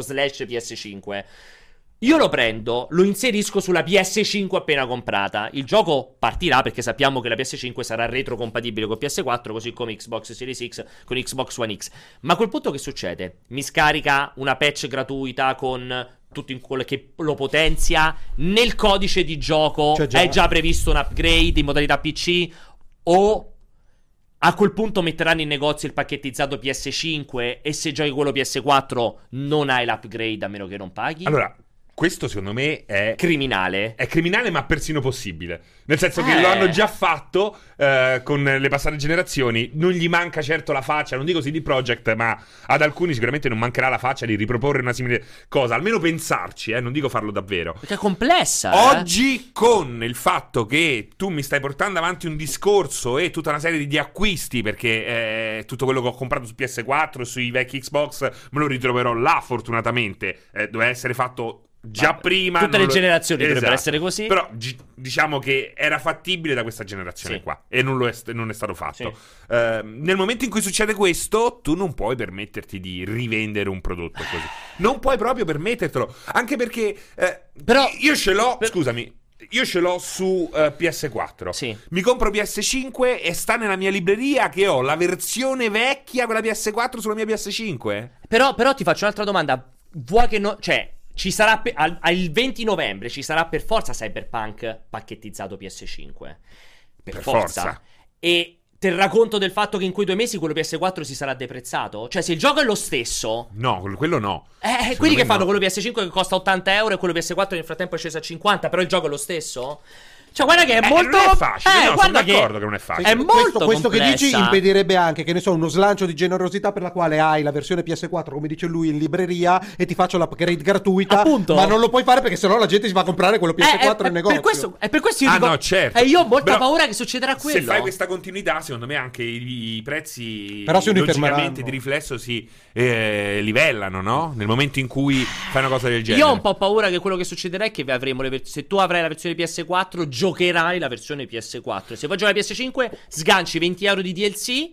PS4/PS5. Io lo prendo, lo inserisco sulla PS5 appena comprata. Il gioco partirà perché sappiamo che la PS5 sarà retrocompatibile con PS4, così come Xbox Series X con Xbox One X. Ma a quel punto che succede? Mi scarica una patch gratuita con tutto in quello che lo potenzia. Nel codice di gioco è già previsto un upgrade in modalità PC, o a quel punto metteranno in negozio il pacchettizzato PS5 e se giochi quello PS4 non hai l'upgrade a meno che non paghi? Allora, Questo secondo me è criminale. È criminale, ma persino possibile. Nel senso che lo hanno già fatto con le passate generazioni. Non gli manca certo la faccia, non dico CD Projekt, ma ad alcuni sicuramente non mancherà la faccia di riproporre una simile cosa. Almeno pensarci, non dico farlo davvero. Perché è complessa. Oggi, con il fatto che tu mi stai portando avanti un discorso e tutta una serie di acquisti, perché tutto quello che ho comprato su PS4 e sui vecchi Xbox me lo ritroverò là, fortunatamente. Doveva essere fatto già prima. Tutte le generazioni dovrebbero essere così. Però diciamo che era fattibile da questa generazione qua. E non è stato fatto. Nel momento in cui succede questo, tu non puoi permetterti di rivendere un prodotto così. Non puoi proprio permettertelo. Anche perché però io ce l'ho. Scusami. Io ce l'ho su PS4. Sì. Mi compro PS5 e sta nella mia libreria che ho la versione vecchia, quella PS4 sulla mia PS5. Però ti faccio un'altra domanda. Vuoi che no, cioè ci sarà il 20 novembre ci sarà per forza Cyberpunk pacchettizzato PS5. Per forza. E terrà conto del fatto che in quei 2 mesi quello PS4 si sarà deprezzato? Cioè, se il gioco è lo stesso... No, quello no. Quelli che fanno quello PS5 che costa 80 euro e quello PS4 nel frattempo è sceso a 50, però il gioco è lo stesso? Cioè, guarda che è molto... Non è facile, guarda sono d'accordo che non è facile. È molto questo che complessa. dici impedirebbe anche, che ne so, uno slancio di generosità per la quale hai la versione PS4, come dice lui, in libreria e ti faccio l'upgrade gratuita. Appunto. Ma non lo puoi fare perché sennò la gente si va a comprare quello PS4 in negozio. Per questo io dico... no, certo. Io ho molta Però, paura che succederà quello. Se fai questa continuità, secondo me anche i prezzi però si logicamente di riflesso si livellano, no? Nel momento in cui fai una cosa del genere. Io ho un po' paura che quello che succederà è che avremo se tu avrai la versione PS4, giocherai la versione PS4. Se poi giochi la PS5, sganci 20 euro di DLC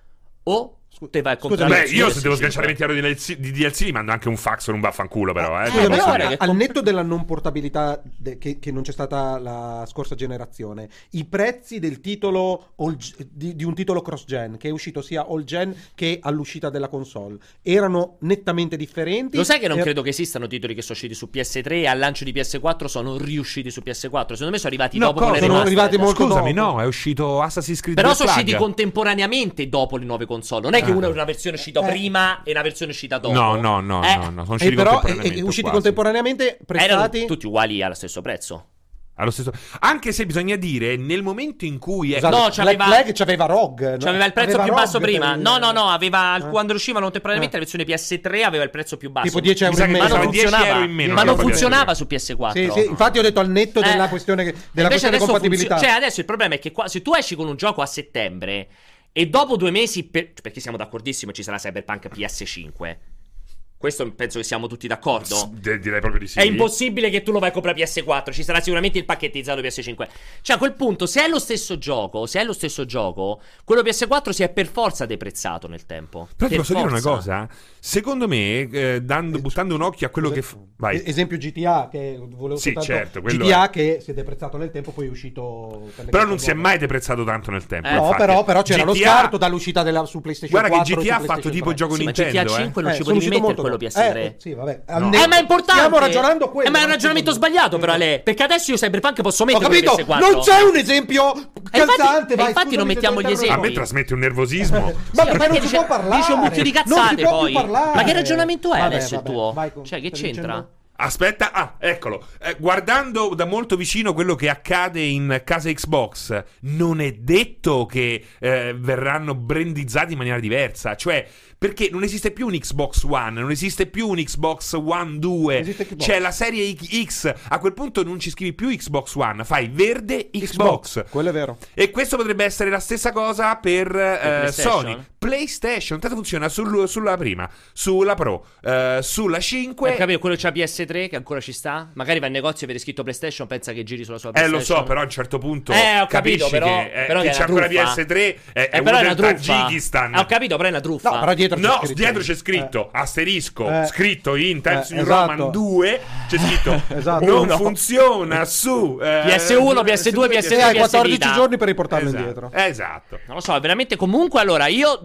o te vai a comprare. Io se devo sganciare 20 euro di DLC li mando anche un fax o un vaffanculo, però. Al netto della non portabilità che non c'è stata la scorsa generazione, i prezzi del titolo di un titolo cross-gen che è uscito sia all-gen che all'uscita della console erano nettamente differenti. Lo sai che non credo che esistano titoli che sono usciti su PS3 e al lancio di PS4 sono riusciti su PS4? Secondo me sono arrivati dopo con le remastered. Scusami, no, è uscito Assassin's Creed. Però sono usciti contemporaneamente dopo le nuove console. Non è che una è una versione uscita prima e una versione uscita dopo. No, sono usciti contemporaneamente. Usciti contemporaneamente, prestati erano tutti uguali allo stesso prezzo. Anche se bisogna dire, nel momento in cui c'aveva Rogue, c'aveva il prezzo più basso prima. No, aveva quando uscivano contemporaneamente la versione PS3 aveva il prezzo più basso. Tipo 10 euro in meno. Ma non funzionava su PS4. Sì, infatti ho detto al netto della questione compatibilità. Cioè adesso il problema è che se tu esci con un gioco a settembre e dopo 2 mesi, perché siamo d'accordissimo, ci sarà Cyberpunk PS5. Questo penso che siamo tutti d'accordo. Direi proprio di sì. È impossibile che tu lo vai a comprare PS4. Ci sarà sicuramente il pacchettizzato PS5. Cioè a quel punto, se è lo stesso gioco, quello PS4 si è per forza deprezzato nel tempo. Però ti posso dire una cosa? Secondo me, buttando un occhio a quello che... Vai. Esempio GTA, che volevo certo, GTA che si è deprezzato nel tempo, poi è uscito... Però non si è mai deprezzato tanto nel tempo. No, però c'era lo scarto dall'uscita su PlayStation 4. Guarda che GTA ha fatto tipo gioco Nintendo. Ma GTA 5 non ci potevi mettere quello PS3. Sì, vabbè. Ma è importante. Stiamo ragionando quello. Ma è un ragionamento sbagliato, però perché adesso io Cyberpunk posso mettere quello PS4. Non c'è un esempio calzante. Infatti non mettiamo gli esempi. A me trasmette un nervosismo. Ma non si può parlare. Dice un mucchio di cazzate poi. Ma che ragionamento è adesso il tuo? Cioè, che c'entra? Aspetta, eccolo. Guardando da molto vicino quello che accade in casa Xbox, non è detto che verranno brandizzati in maniera diversa. Cioè, perché non esiste più un Xbox One, non esiste più un Xbox One 2, c'è la serie X. A quel punto non ci scrivi più Xbox One, fai verde Xbox. Quello è vero. E questo potrebbe essere la stessa cosa per Sony. PlayStation, tanto funziona sulla prima, sulla Pro, sulla 5. Capito, quello c'ha PS3 che ancora ci sta? Magari va in negozio e vede scritto PlayStation, pensa che giri sulla sua PlayStation. Lo so, però a un certo punto ho capito, capisci però che c'è ancora PS3 è uno del truffa. Tagikistan. Ho capito, però è una truffa. No, però dietro c'è scritto asterisco, scritto in Times New Roman 2, c'è scritto non funziona su PS1, PS2, PS3, hai 14 giorni per riportarlo indietro. Esatto. Non lo so, veramente. Comunque, allora, io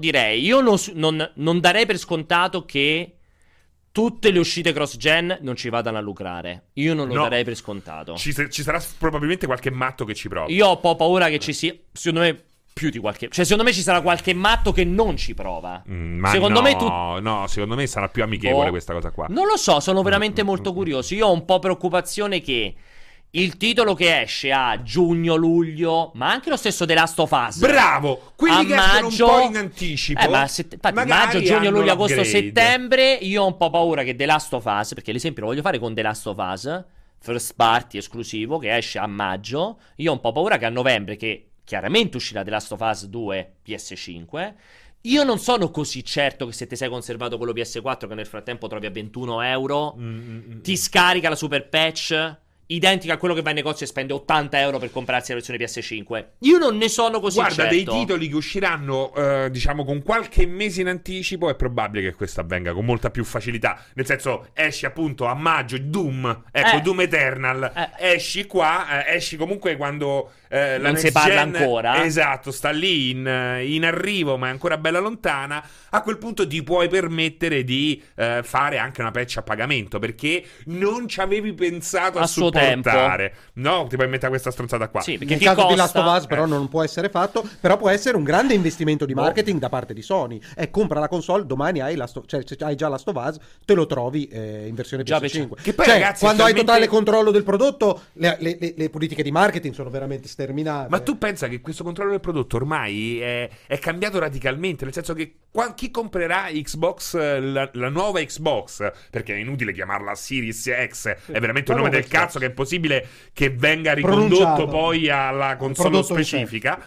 non darei per scontato che tutte le uscite cross-gen non ci vadano a lucrare. Io non lo darei per scontato. Ci sarà probabilmente qualche matto che ci prova. Io ho un po' paura che ci sia. Secondo me più di qualche... Cioè, secondo me ci sarà qualche matto che non ci prova. Ma secondo me no, secondo me sarà più amichevole questa cosa qua. Non lo so, sono veramente molto curioso. Io ho un po' preoccupazione che il titolo che esce a giugno-luglio, ma anche lo stesso The Last of Us, bravo, quelli che escono un po' in anticipo, infatti maggio, giugno, luglio, agosto, settembre. Io ho un po' paura che The Last of Us, perché l'esempio lo voglio fare con The Last of Us, first party esclusivo, che esce a maggio. Io ho un po' paura che a novembre, che chiaramente uscirà The Last of Us 2 PS5, io non sono così certo che se ti sei conservato quello PS4, che nel frattempo trovi a 21 euro, ti scarica la super patch identica a quello che va in negozio e spende 80 euro per comprarsi la versione PS5. Io non ne sono così certo. Guarda, dei titoli che usciranno diciamo con qualche mese in anticipo, è probabile che questo avvenga con molta più facilità. Nel senso, esci appunto a maggio Doom, Doom Eternal, esci qua, esci comunque quando la non next si parla gen, ancora. esatto, sta lì in arrivo, ma è ancora bella lontana. A quel punto ti puoi permettere di fare anche una patch a pagamento, perché non ci avevi pensato a supportare. No, ti puoi mettere questa stronzata qua. Sì, nel caso di Last of Us però non può essere fatto, però può essere un grande investimento di marketing da parte di Sony. Compra la console, domani hai hai già Last of Us, te lo trovi in versione PS5. Che poi, cioè, ragazzi, quando hai totale controllo del prodotto, le politiche di marketing sono veramente sterminate. Ma tu pensa che questo controllo del prodotto ormai è cambiato radicalmente, nel senso che chi comprerà Xbox, la nuova Xbox, perché è inutile chiamarla Series X, è veramente un nome del cazzo che è impossibile che venga ricondotto poi alla console specifica.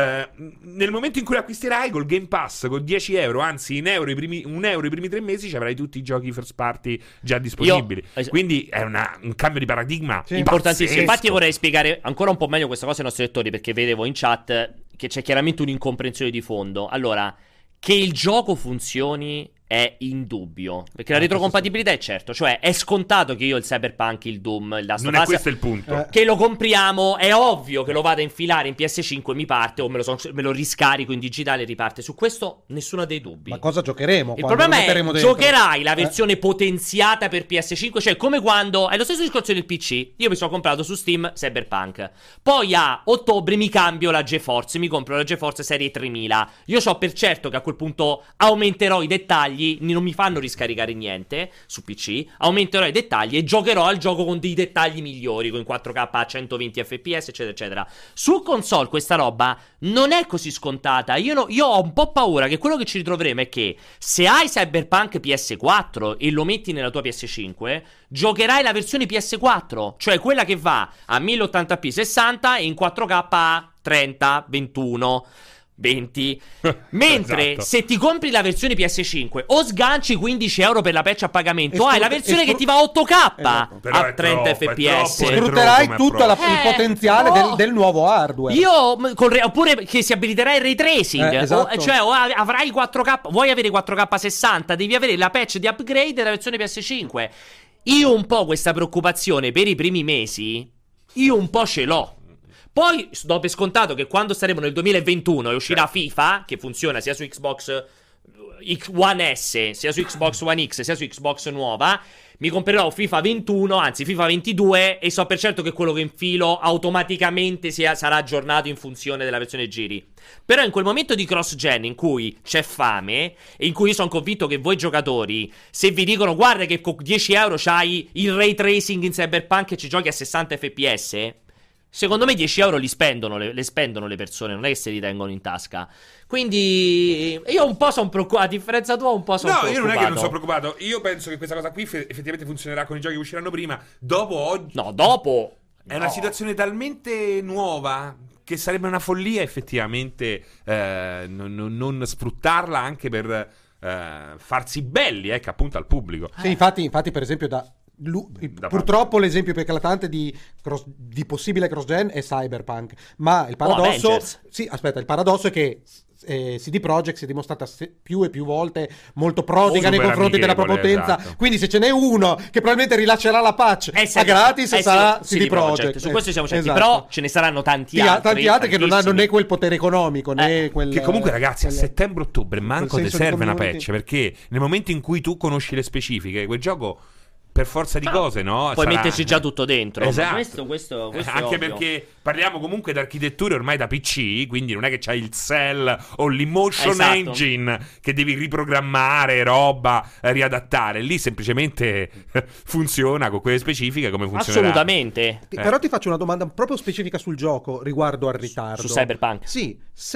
Nel momento in cui acquisterai col Game Pass con 10 euro, anzi in euro un euro i primi 3 mesi, ci avrai tutti i giochi first party già disponibili. Quindi è un cambio di paradigma importantissimo. Infatti io vorrei spiegare ancora un po' meglio questa cosa ai nostri lettori, perché vedevo in chat che c'è chiaramente un'incomprensione di fondo. Allora, che il gioco funzioni è indubbio, perché la retrocompatibilità è certo, cioè è scontato che io il Cyberpunk, il Doom, il Last of Us, non è questo il punto, che lo compriamo, è ovvio che lo vado a infilare in PS5 e mi parte, o me lo riscarico in digitale e riparte. Su questo nessuno ha dei dubbi. Ma cosa giocheremo? Il problema è giocherai la versione potenziata per PS5, cioè come quando è lo stesso discorso del PC. Io mi sono comprato su Steam Cyberpunk, poi a ottobre mi cambio la GeForce, mi compro la GeForce serie 3000. Io so per certo che a quel punto aumenterò i dettagli, non mi fanno riscaricare niente su PC, aumenterò i dettagli e giocherò al gioco con dei dettagli migliori, con 4K a 120 fps eccetera eccetera. Su console questa roba non è così scontata. Io ho un po' paura che quello che ci ritroveremo è che se hai Cyberpunk PS4 e lo metti nella tua PS5, giocherai la versione PS4, cioè quella che va a 1080p 60 e in 4K a 30, 21 20. Mentre esatto. se ti compri la versione PS5 o sganci 15 euro per la patch a pagamento, hai la versione che ti va a 8K a 30 fps. Sfrutterai tutto il potenziale del nuovo hardware. Oppure che si abiliterà il ray tracing, esatto. cioè avrai 4K. Vuoi avere 4K 60, devi avere la patch di upgrade della versione PS5. Io un po' questa preoccupazione per i primi mesi, io un po' ce l'ho. Poi do per scontato che quando saremo nel 2021 e uscirà FIFA, che funziona sia su Xbox One S, sia su Xbox One X, sia su Xbox nuova, mi comprerò FIFA 21, anzi FIFA 22, e so per certo che quello che infilo automaticamente sarà aggiornato in funzione della versione giri. Però in quel momento di cross-gen in cui c'è fame, e in cui io sono convinto che voi giocatori, se vi dicono guarda che con 10 euro c'hai il ray tracing in Cyberpunk e ci giochi a 60 fps, secondo me 10 euro le spendono le persone, non è che se li tengono in tasca. Quindi io un po' sono preoccupato, a differenza tua un po' sono preoccupato. No, io non è che non sono preoccupato. Io penso che questa cosa qui effettivamente funzionerà con i giochi che usciranno prima. Dopo oggi è una situazione talmente nuova che sarebbe una follia effettivamente non sfruttarla anche per farsi belli, appunto al pubblico. Sì, infatti per esempio purtroppo l'esempio più eclatante di possibile cross-gen è Cyberpunk, ma il paradosso il paradosso è che CD Projekt si è dimostrata più e più volte molto prodiga nei confronti della propria potenza, esatto. Quindi se ce n'è uno che probabilmente rilascerà la patch a gratis sarà CD Projekt. Su questo siamo certi, esatto. Però ce ne saranno tanti altri che non hanno né quel potere economico né quel, che comunque ragazzi a settembre-ottobre manco ti serve una patch, perché nel momento in cui tu conosci le specifiche quel gioco per forza di cose, no? Puoi metterci già tutto dentro. Esatto. Ma questo è anche ovvio. perché parliamo comunque di architetture ormai da PC, quindi non è che c'hai il cell o l'emotion Esatto. engine che devi riprogrammare roba, riadattare. Lì semplicemente funziona con quelle specifiche come funzionerà. Assolutamente. Però ti faccio una domanda proprio specifica sul gioco riguardo al ritardo. Su Cyberpunk. Sì,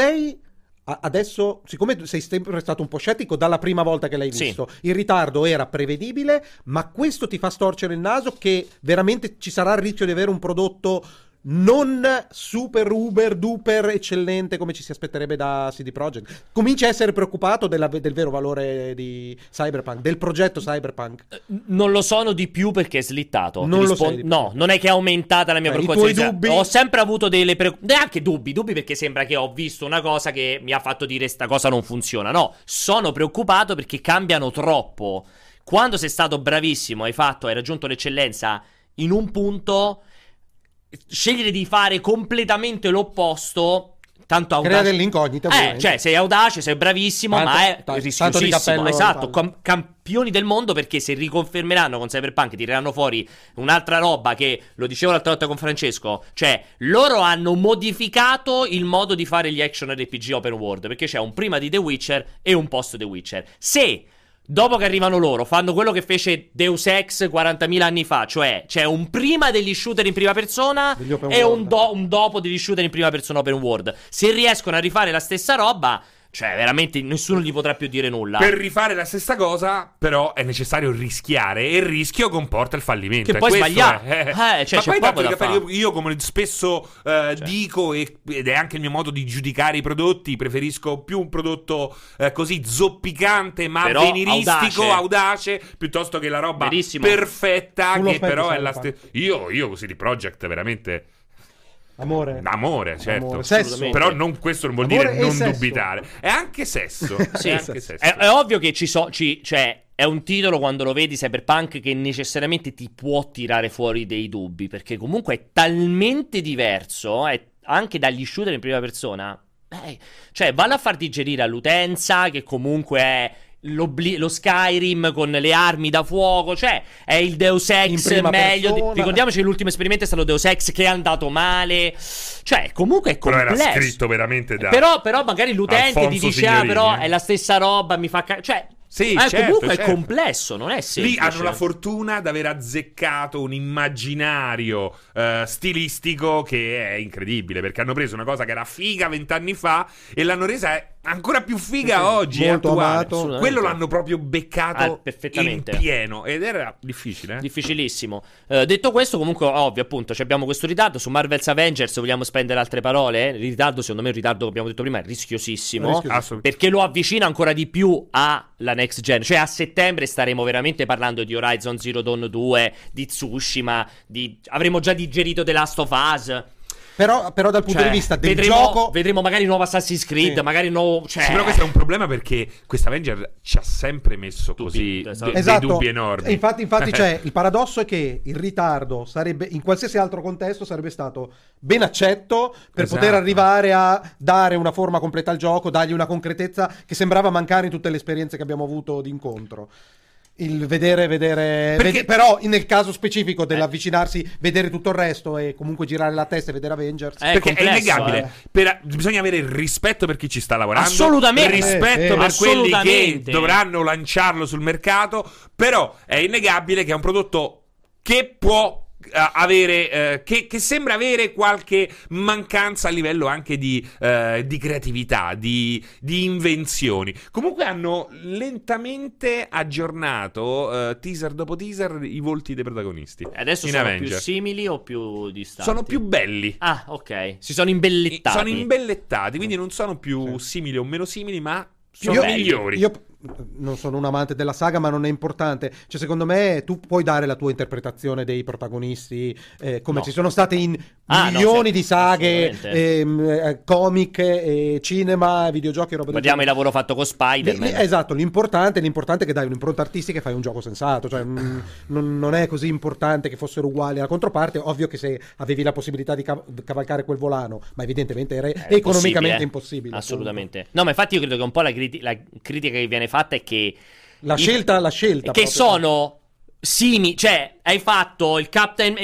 adesso, siccome sei sempre stato un po' scettico dalla prima volta che l'hai visto, il ritardo era prevedibile, ma questo ti fa storcere il naso che veramente ci sarà il rischio di avere un prodotto non super uber duper eccellente come ci si aspetterebbe da CD Projekt. Cominci a essere preoccupato del vero valore di Cyberpunk, del progetto Cyberpunk? Non lo sono di più perché è slittato. Non lo sei di più. No, non è che è aumentata la mia I preoccupazione. tuoi dubbi? Ho sempre avuto neanche dubbi perché sembra che ho visto una cosa che mi ha fatto dire sta cosa non funziona. No, sono preoccupato perché cambiano troppo. Quando sei stato bravissimo, hai raggiunto l'eccellenza in un punto, scegliere di fare completamente l'opposto, tanto audace. Crea dell'incognita, ovviamente. Cioè, sei audace, sei bravissimo, Tanto- ma è tanto di rischiosissimo. cappello Esatto, alle spalle. campioni del mondo, perché se riconfermeranno con Cyberpunk, tireranno fuori un'altra roba che, lo dicevo l'altra volta con Francesco, cioè, loro hanno modificato il modo di fare gli action RPG open world, perché c'è un prima di The Witcher e un post The Witcher. Se dopo che arrivano loro fanno quello che fece Deus Ex 40.000 anni fa, cioè c'è un prima degli shooter in prima persona Degli open e world. un dopo degli shooter in prima persona open world. Se riescono a rifare la stessa roba, cioè veramente nessuno gli potrà più dire nulla. Per rifare la stessa cosa, però, è necessario rischiare, e il rischio comporta il fallimento. Che e poi questo sbagliare. Cioè, ma c'è poi poco tanto da di fare. io come spesso dico, ed è anche il mio modo di giudicare i prodotti, preferisco più un prodotto così zoppicante ma Però avveniristico, audace, piuttosto che la roba Verissimo. perfetta, Tu lo che fai però di è la Cyberpunk. stessa. Io così di Project veramente. Amore, Certo. Amore. Sesso. Però questo non vuol Amore dire e non sesso. dubitare. È anche sesso. Sì. È anche sesso. È ovvio che cioè, è un titolo, quando lo vedi Cyberpunk, che necessariamente ti può tirare fuori dei dubbi, perché comunque è talmente diverso, anche dagli shooter in prima persona. Cioè, vanno a far digerire all'utenza che comunque è lo Skyrim con le armi da fuoco, cioè è il Deus In Ex prima meglio. persona. Ricordiamoci che l'ultimo esperimento è stato Deus Ex, che è andato male. Cioè, comunque è Però complesso. era scritto veramente da. Però magari l'utente ti Alfonso dice: Signorini, però è la stessa roba, mi fa cioè, Sì, comunque certo. è complesso, non è semplice. Lì hanno la fortuna di aver azzeccato un immaginario stilistico che è incredibile, perché hanno preso una cosa che era figa 20 anni fa e l'hanno resa ancora più figa oggi, è molto attuale. amato. Quello l'hanno proprio beccato perfettamente. in pieno, ed era difficile. Difficilissimo. Detto questo, comunque, ovvio, appunto, abbiamo questo ritardo. Su Marvel's Avengers vogliamo spendere altre parole? Il ritardo, secondo me, come abbiamo detto prima, è rischiosissimo. Perché lo avvicina ancora di più alla next gen. Cioè, a settembre staremo veramente parlando di Horizon Zero Dawn 2, di Tsushima, avremo già digerito The Last of Us. Però dal punto di vista del gioco vedremo magari nuovo Assassin's Creed, magari nuovo, Sì, però questo è un problema, perché questa Avenger ci ha sempre messo così dei dubbi enormi. Infatti c'è il paradosso è che il ritardo sarebbe, in qualsiasi altro contesto, sarebbe stato ben accetto per poter arrivare a dare una forma completa al gioco, dargli una concretezza che sembrava mancare in tutte le esperienze che abbiamo avuto d'incontro. Il vedere però nel caso specifico dell'avvicinarsi, vedere tutto il resto e comunque girare la testa e vedere Avengers, perché è innegabile. Bisogna avere il rispetto per chi ci sta lavorando, assolutamente, il rispetto per quelli che assolutamente dovranno lanciarlo sul mercato. Però è innegabile che è un prodotto che può avere che sembra avere qualche mancanza a livello anche di creatività, di invenzioni. Comunque hanno lentamente aggiornato teaser dopo teaser i volti dei protagonisti. Adesso in sono Avenger. più simili o più distanti? Sono più belli. Ah, ok. Si sono imbellettati. Sono imbellettati, quindi non sono più simili o meno simili, ma sono migliori. Io non sono un amante della saga, ma non è importante. Cioè, secondo me, tu puoi dare la tua interpretazione dei protagonisti, come ci sono state in milioni di saghe, comic, cinema, videogiochi, roba del Guardiamo il genere. lavoro fatto con Spider-Man. Esatto, l'importante è che dai un'impronta artistica e fai un gioco sensato. Cioè, non è così importante che fossero uguali alla controparte. Ovvio che se avevi la possibilità di cavalcare quel volano, ma evidentemente era economicamente impossibile. Assolutamente. Appunto. No, ma infatti io credo che un po' la critica che viene fatta è che la scelta che proprio. sono cioè hai fatto il Captain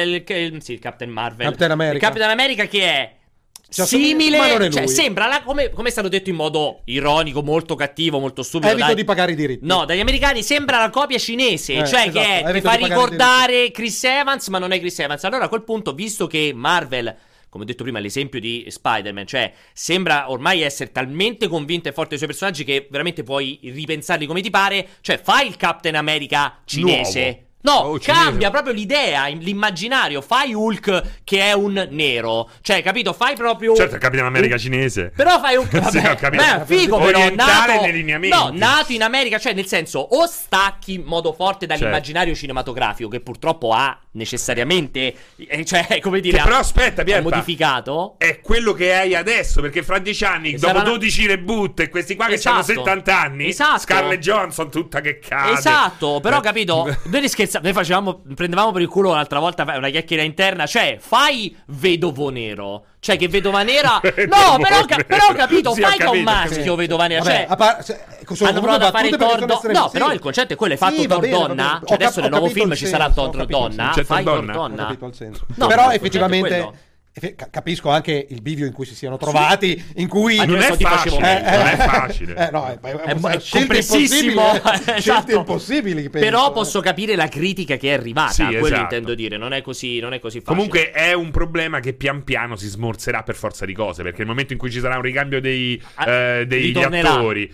il Captain Marvel, Captain America. il Captain America che è Cioè, simile, ma non è cioè lui. sembra come è stato detto in modo ironico, molto cattivo, molto stupido. Evito di pagare i diritti. No, dagli americani sembra la copia cinese, cioè esatto, che evito ti di fa pagare i ricordare Chris Evans, ma non è Chris Evans. Allora a quel punto, visto che Marvel, come ho detto prima, l'esempio di Spider-Man, cioè sembra ormai essere talmente convinta e forte dei suoi personaggi che veramente puoi ripensarli come ti pare, cioè fai il Captain America cinese. Nuovo. No, cinese. cambia proprio l'idea, l'immaginario. Fai Hulk che è un nero. Cioè, capito? Fai proprio. Certo, è Capitano America cinese. Però fai un. Sì, Vabbè, ho capito. ma è figo, però. Orientale Nato. nei lineamenti. No, nato in America, cioè, nel senso, o stacchi in modo forte dall'immaginario cinematografico, che purtroppo ha necessariamente. Cioè, come dire. Che però aspetta, ha Pierpa, modificato. è quello che hai adesso, perché fra 10 anni, dopo saranno- 12 reboot e questi qua che Esatto. hanno 70 anni, Esatto. Scarlett Johansson tutta che cade. Esatto, però capito? Noi scherzavamo, noi prendevamo per il culo l'altra volta una chiacchiera interna, cioè fai Vedovo Nero. Cioè che vedova nera. No, però ho capito, Sì, ho fai che è un capito, maschio vedova nera. Vabbè, Cioè sono hanno provato a fare battute perché Thor sono No, estremi, però sì. il concetto è quello, hai fatto Sì, va Thor bene, va donna. bene. Cioè adesso nel nuovo film ci sarà Thor donna. C'è Fai Thor Thor donna. Ho donna. capito il senso. No, però il concetto è quello. effettivamente capisco anche il bivio in cui si siano trovati, in cui Anche Non è adesso ti facevo facile, meglio. non è facile. no, È scelte compressissimo. impossibili, scelte Esatto. impossibili, penso. Però posso capire la critica che è arrivata. Sì, Quello esatto. intendo dire. Non è così facile. Comunque è un problema che pian piano si smorzerà per forza di cose, perché nel momento in cui ci sarà un ricambio degli ritornerà. attori,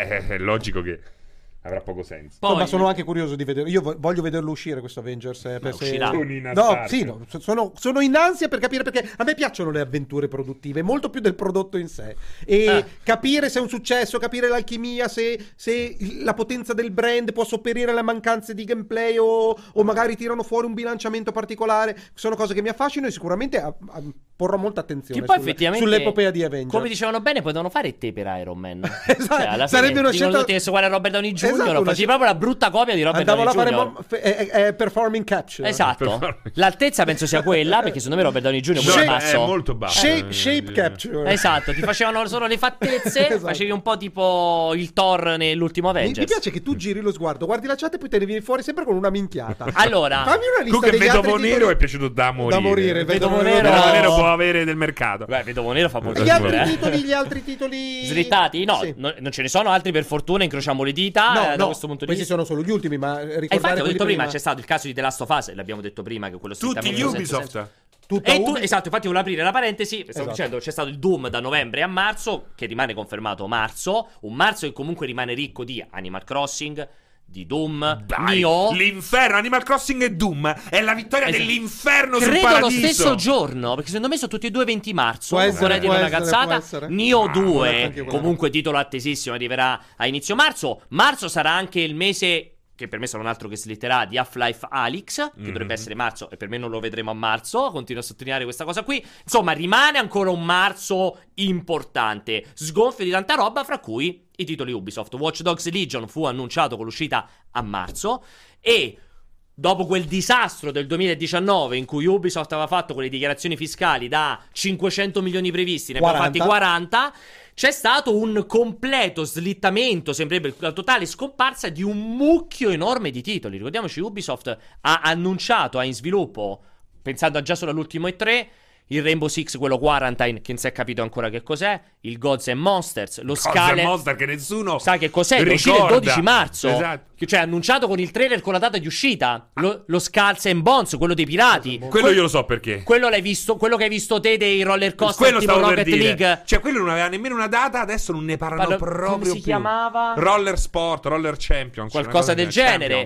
è logico che avrà poco senso. Ma sono anche curioso di vedere. Io voglio vederlo uscire questo Avengers. Per se... uscirà. Sono in No, astarco. sì, no, sono in ansia per capire, perché a me piacciono le avventure produttive, molto più del prodotto in sé. E capire se è un successo, capire l'alchimia, se la potenza del brand può sopperire alle mancanze di gameplay o magari tirano fuori un bilanciamento particolare. Sono cose che mi affascinano e sicuramente porrò molta attenzione Che poi effettivamente, sull'epopea di Avengers. come dicevano bene, potevano fare te per Iron Man. Esatto, Cioè, alla sarebbe fine una dicono scelta- tutti che uguale a Robert Downey Jr. Esatto, lo una facevi proprio la brutta copia di Robert andavo Downey a fare Jr. performing capture. Esatto. L'altezza penso sia quella, perché secondo me Robert Downey Jr. è molto È basso. molto basso. Shape capture. Esatto, ti facevano solo le fattezze, Esatto. facevi un po' tipo il Thor nell'ultimo Mi Avengers. piace che tu giri lo sguardo, guardi la chat e poi te ne vieni fuori sempre con una minchiata. Allora, fammi una lista Comunque degli Vedovo altri Nero titoli- è piaciuto da morire. Da morire, Vedovo Nero. Nero- Vedovo Nero può avere del mercato. Beh, Vedovo Nero fa molto Gli altri ridere, gli altri titoli Slittati? No, Sì. non ce ne sono altri, per fortuna, incrociamo le dita No, da no, questo punto di questi vista. sono solo gli ultimi, ma ricordare Infatti ho quelli detto prima, c'è stato il caso di The Last of Us, l'abbiamo detto prima, che quello Tutti strettamente gli non ha senso. Ubisoft. Tutta E tu, Ubi- esatto, infatti volevo aprire la parentesi. Stavo Esatto. dicendo, c'è stato il Doom da novembre a marzo, che rimane confermato marzo. Un marzo che comunque rimane ricco di Animal Crossing, di Doom, Dai, Nioh. l'inferno, Animal Crossing e Doom è la vittoria Esatto. dell'inferno sul Credo lo paradiso. stesso giorno, perché secondo me sono tutti e due 20 marzo. Può Non essere, vorrei dire può una essere, cazzata. può essere. Nioh guarda, 2, anche quello. comunque titolo attesissimo, arriverà a inizio marzo. Marzo sarà anche il mese, che per me sarà un altro che slitterà, di Half-Life Alyx, che dovrebbe essere marzo, e per me non lo vedremo a marzo. Continuo a sottolineare questa cosa qui. Insomma, rimane ancora un marzo importante, sgonfio di tanta roba, fra cui i titoli Ubisoft. Watch Dogs Legion fu annunciato con l'uscita a marzo, e dopo quel disastro del 2019 in cui Ubisoft aveva fatto quelle dichiarazioni fiscali da 500 milioni previsti, ne abbiamo fatti 40, c'è stato un completo slittamento, sembrerebbe la totale scomparsa di un mucchio enorme di titoli. Ricordiamoci, Ubisoft ha annunciato, ha in sviluppo, pensando già solo all'ultimo E3, il Rainbow Six, quello Quarantine, che non si è capito ancora che cos'è, il Gods and Monsters, lo Scale... Monster che nessuno sa che cos'è, che uscire il ricorda. 12 marzo. Esatto. Cioè, annunciato con il trailer con la data di uscita. Lo Skulls and Bones, quello dei pirati. Quello io lo so perché. Quello l'hai visto, quello che hai visto te dei roller coaster Quello tipo stavo Rocket per dire. League. Cioè, quello non aveva nemmeno una data, adesso non ne parlano proprio come si più. chiamava? Roller Sport, Roller Champions. Qualcosa del genere.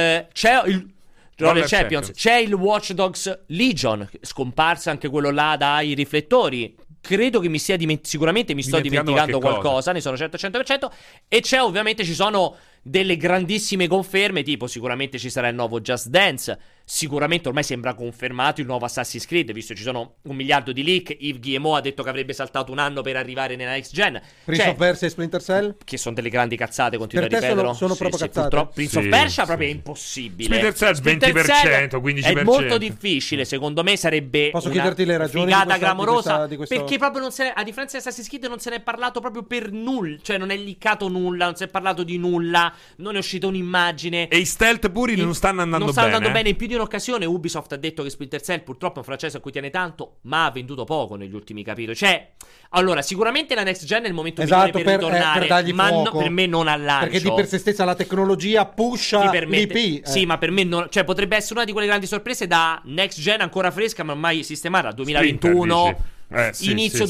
C'è il Roller Champions. C'è il Watch Dogs Legion, scomparsa anche quello là dai riflettori. Credo che mi sia sicuramente mi sto dimenticando qualcosa, ne sono certo 100%. E c'è, ovviamente, ci sono delle grandissime conferme, tipo sicuramente ci sarà il nuovo Just Dance, sicuramente ormai sembra confermato il nuovo Assassin's Creed, visto che ci sono 1 miliardo di leak. Yves Guillemot ha detto che avrebbe saltato un anno per arrivare nella next gen. Prince of Persia e Splinter Cell? Che sono delle grandi cazzate, continuo Per a te ripeterlo. sono proprio cazzate? Purtroppo Prince of Persia proprio è impossibile. Splinter Cell 20%, 15%. È molto difficile, secondo me sarebbe Posso una chiederti le ragioni di figata questa- clamorosa, di questo- perché proprio non se ne, a differenza di Assassin's Creed, non se ne è parlato proprio per nulla, cioè non è liccato nulla, non si è parlato di nulla. nuova, non è uscita un'immagine. E i stealth puri non stanno andando bene. In più di un'occasione Ubisoft ha detto che Splinter Cell purtroppo è un francese a cui tiene tanto, ma ha venduto poco negli ultimi capitoli. Cioè, allora, sicuramente la next gen è il momento migliore per ritornare, per dargli ma fuoco. per me non al lancio. Perché di per sé stessa la tecnologia pusha l'IP. Sì, ma per me non, cioè potrebbe essere una di quelle grandi sorprese da next gen ancora fresca, ma ormai sistemata, 2021, inizio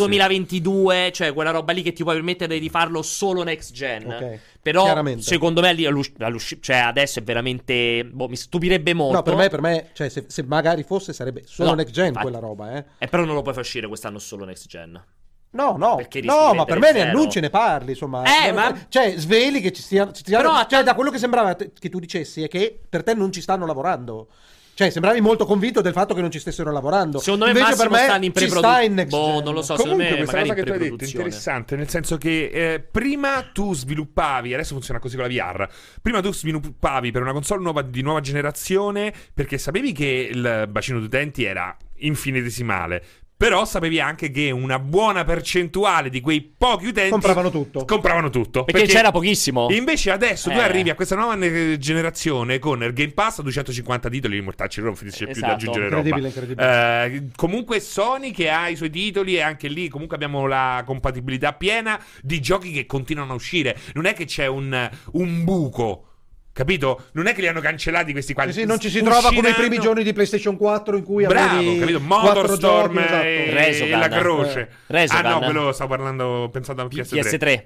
2022, cioè quella roba lì che ti puoi permettere di farlo solo next gen. Okay. Però secondo me lì cioè adesso è veramente mi stupirebbe molto. No, per me cioè, se magari fosse sarebbe solo next gen infatti. quella roba, però non lo puoi far uscire quest'anno solo next gen. No, ma per me ne annunci e ne parli, insomma. Cioè, sveli che ci stiano. Però, cioè, da quello che sembrava che tu dicessi è che per te non ci stanno lavorando. Cioè, sembravi molto convinto del fatto che non ci stessero lavorando. Secondo me invece per me stanno in pre-produzione. Non lo so, secondo me questa magari cosa in che tu hai detto è interessante, nel senso che prima tu sviluppavi, adesso funziona così con la VR, prima tu sviluppavi per una console nuova di nuova generazione perché sapevi che il bacino d'utenti era infinitesimale. Però sapevi anche che una buona percentuale di quei pochi utenti compravano tutto. Perché c'era pochissimo. Invece adesso tu arrivi a questa nuova generazione con il Game Pass a 250 titoli, i mortacci non finisce più di aggiungere roba. Incredibile. Comunque Sony che ha i suoi titoli e anche lì comunque abbiamo la compatibilità piena di giochi che continuano a uscire. Non è che c'è un buco. Capito? Non è che li hanno cancellati questi qua. Sì, non ci si trova come i primi giorni di PlayStation 4 in cui avevi capito? Motorstorm giochi, e la croce. No, quello stavo parlando pensando al PS3.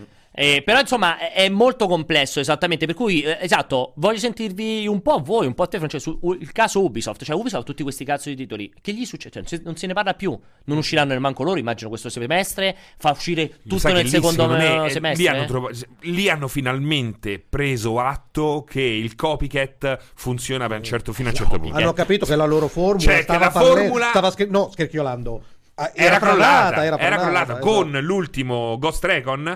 Però insomma è molto complesso, esattamente, per cui esatto, voglio sentirvi un po' voi, un po' a te Francesco, il caso Ubisoft. Cioè Ubisoft tutti questi cazzo di titoli, che gli succede? Cioè, non se ne parla più, non usciranno neanche loro, immagino questo semestre, fa uscire tutto nel secondo semestre. Lì hanno finalmente preso atto che il copycat funziona fino a un certo punto. Hanno capito che la loro formula stava scherchiolando. Era crollata con l'ultimo Ghost Recon.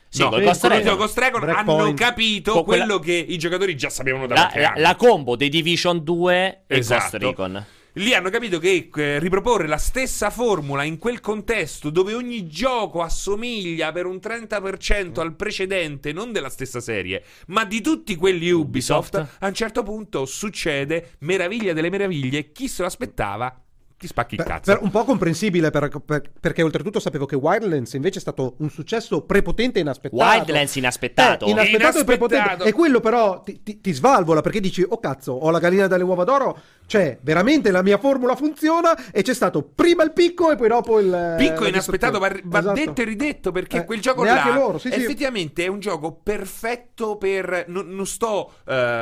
Ghost Recon hanno capito quello che i giocatori già sapevano da qualche anno. La combo dei Division 2 e Ghost Recon. Lì hanno capito che riproporre la stessa formula in quel contesto dove ogni gioco assomiglia per un 30% al precedente, non della stessa serie, ma di tutti quelli Ubisoft, a un certo punto succede, meraviglia delle meraviglie, chi se lo aspettava ti spacchi il cazzo. Un po' comprensibile perché oltretutto sapevo che Wildlands invece è stato un successo prepotente e inaspettato. Wildlands inaspettato. Inaspettato e prepotente. E quello però ti svalvola perché dici oh cazzo, ho la gallina dalle uova d'oro, cioè veramente la mia formula funziona e c'è stato prima il picco e poi dopo il picco inaspettato, va detto e ridetto perché quel gioco là loro, effettivamente è un gioco perfetto per non sto